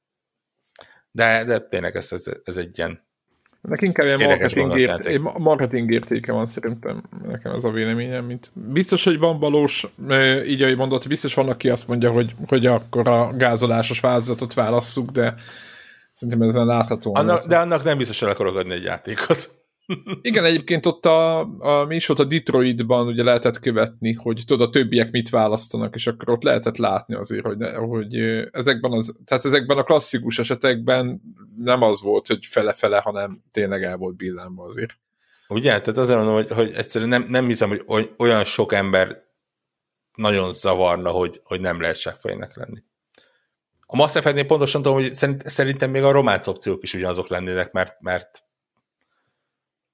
[SPEAKER 2] De tényleg ez egy ilyen
[SPEAKER 3] Nekem inkább ilyen marketing értéke van szerintem, nekem ez a véleményem, mint biztos, hogy van valós, így ahogy mondott, biztos van, aki azt mondja, hogy akkor a gázolásos változatot válasszuk, de szerintem ezen látható.
[SPEAKER 2] De annak nem biztos el akarok adni egy játékot.
[SPEAKER 3] Igen, egyébként ott mi is volt a Detroitban ugye lehetett követni, hogy tudod, a többiek mit választanak, és akkor ott lehetett látni azért, hogy ezekben a klasszikus esetekben nem az volt, hogy fele-fele, hanem tényleg el volt billámba azért.
[SPEAKER 2] Ugye? Tehát azért mondom, hogy egyszerűen nem hiszem, hogy olyan sok ember nagyon zavarna, hogy nem lehet seggfejnek lenni. A Mass Effect-nél pontosan tudom, hogy szerintem még a románc opciók is ugyanazok lennének, mert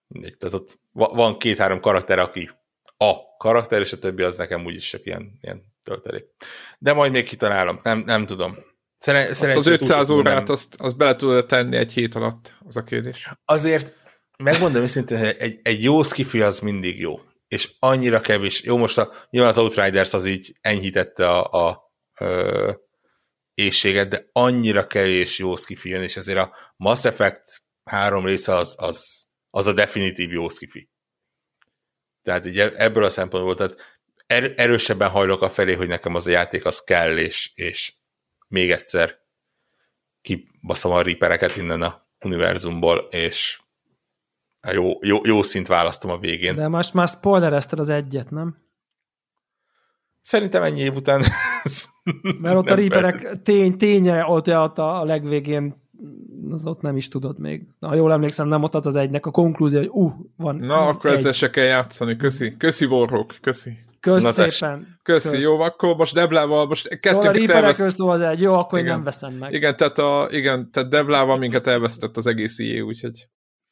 [SPEAKER 2] mindegy. Tehát ott van 2-3 karakter, aki a karakter, és a többi az nekem úgyis csak ilyen töltelék. De majd még kitalálom, nem tudom.
[SPEAKER 3] Azt az 500 órát, azt bele tudod tenni egy hét alatt, az a kérdés.
[SPEAKER 2] Azért megmondom őszintén, hogy egy jó skifi az mindig jó. És annyira kevés. Jó, most nyilván az Outriders az így enyhítette a éhséget, de annyira kevés jó skifi jön, és ezért a Mass Effect 3 része az a definitív jó skifi. Tehát így ebből a szempontból, tehát erősebben hajlok a felé, hogy nekem az a játék az kell, és még egyszer kibaszom a Reapereket innen a univerzumból, és jó szint választom a végén.
[SPEAKER 1] De most már spoilerezted az egyet, nem?
[SPEAKER 2] Szerintem ennyi év után...
[SPEAKER 1] Mert ott a Reaperek ténye ott a legvégén, az ott nem is tudod még. Ha jól emlékszem, nem ott az egynek a konklúzió, hogy van.
[SPEAKER 3] Na, akkor ezzel se kell játszani. Köszi Warhawk, köszi.
[SPEAKER 1] Szépen.
[SPEAKER 3] Köszi, jó, akkor most Deblával, most
[SPEAKER 1] szóval a Reaperekről szól az egy, jó, akkor én nem veszem meg.
[SPEAKER 3] Igen, tehát Deblával minket elvesztett az egész IE, úgyhogy...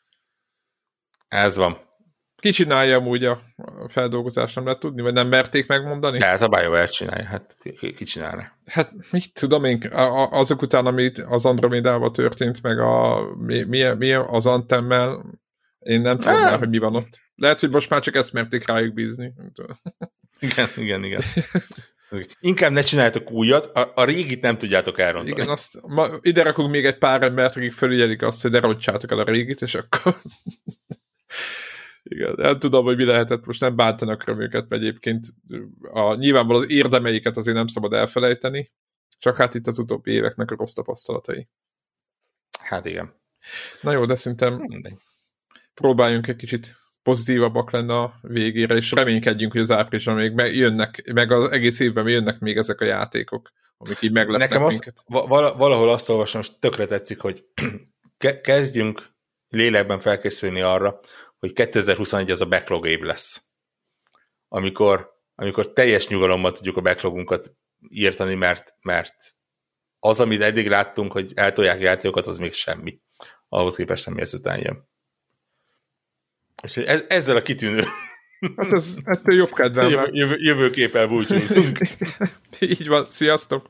[SPEAKER 2] Ez van.
[SPEAKER 3] Ki csinálja amúgy a feldolgozást, nem lehet tudni, vagy nem merték megmondani?
[SPEAKER 2] De hát a BioWare csinálja, hát ki csinálna?
[SPEAKER 3] Hát mit tudom én, azok után, amit az Andromedával történt, meg mi az Antemmel, én nem tudom már, hogy mi van ott. Lehet, hogy most már csak ezt merték rájuk bízni.
[SPEAKER 2] Igen. Inkább ne csináljátok újat, a régit nem tudjátok elrontani.
[SPEAKER 3] Igen, ide rakunk még egy pár embert, akik felügyelik azt, hogy ne roncsátok el a régit, és akkor... Igen, nem tudom, hogy mi lehetett, most nem bántanak őket, mert egyébként nyilvánvalóan az érdemeiket azért nem szabad elfelejteni, csak hát itt az utóbbi éveknek a rossz tapasztalatai.
[SPEAKER 2] Hát igen.
[SPEAKER 3] Na jó, de szerintem próbáljunk egy kicsit pozitívabbak lenne a végére, és reménykedjünk, hogy az áprilisban még jönnek, meg az egész évben jönnek még ezek a játékok, amik így meglepnek
[SPEAKER 2] nekem
[SPEAKER 3] minket.
[SPEAKER 2] Valahol azt olvasom, most tökre tetszik, hogy kezdjünk lélekben felkészülni arra, hogy 2021 az a backlog év lesz. Amikor teljes nyugalommal tudjuk a backlogunkat írtani, mert az, amit eddig láttunk, hogy eltolják játékokat, az még semmi. Ahhoz képest semmi ezután jön. És ezzel a kitűnő
[SPEAKER 3] hát ettől jobb kedvem.
[SPEAKER 2] Jövőképpel búcsúzunk.
[SPEAKER 3] Így van, sziasztok!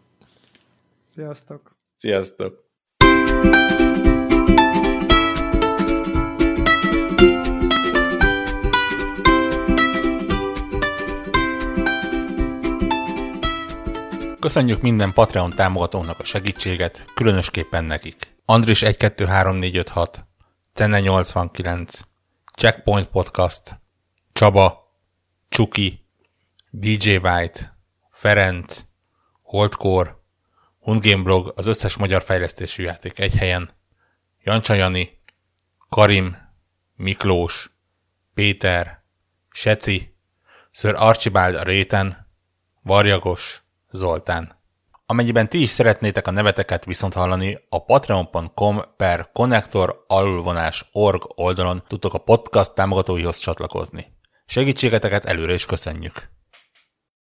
[SPEAKER 2] Sziasztok! Köszönjük minden Patreon támogatónak a segítséget, különösképpen nekik. Andris 123456, Cenne 89, Checkpoint Podcast, Csaba, Csuki, DJ White, Ferenc, Holdcore, Hundgameblog, az összes magyar fejlesztésű játék egy helyen, Jancsa Jani, Karim, Miklós, Péter, Seci, Sir Archibald a réten, Varjagos, Zoltán. Amennyiben ti is szeretnétek a neveteket viszont hallani, a patreon.com/connector_org oldalon tudtok a podcast támogatóihoz csatlakozni. Segítségeteket előre is köszönjük!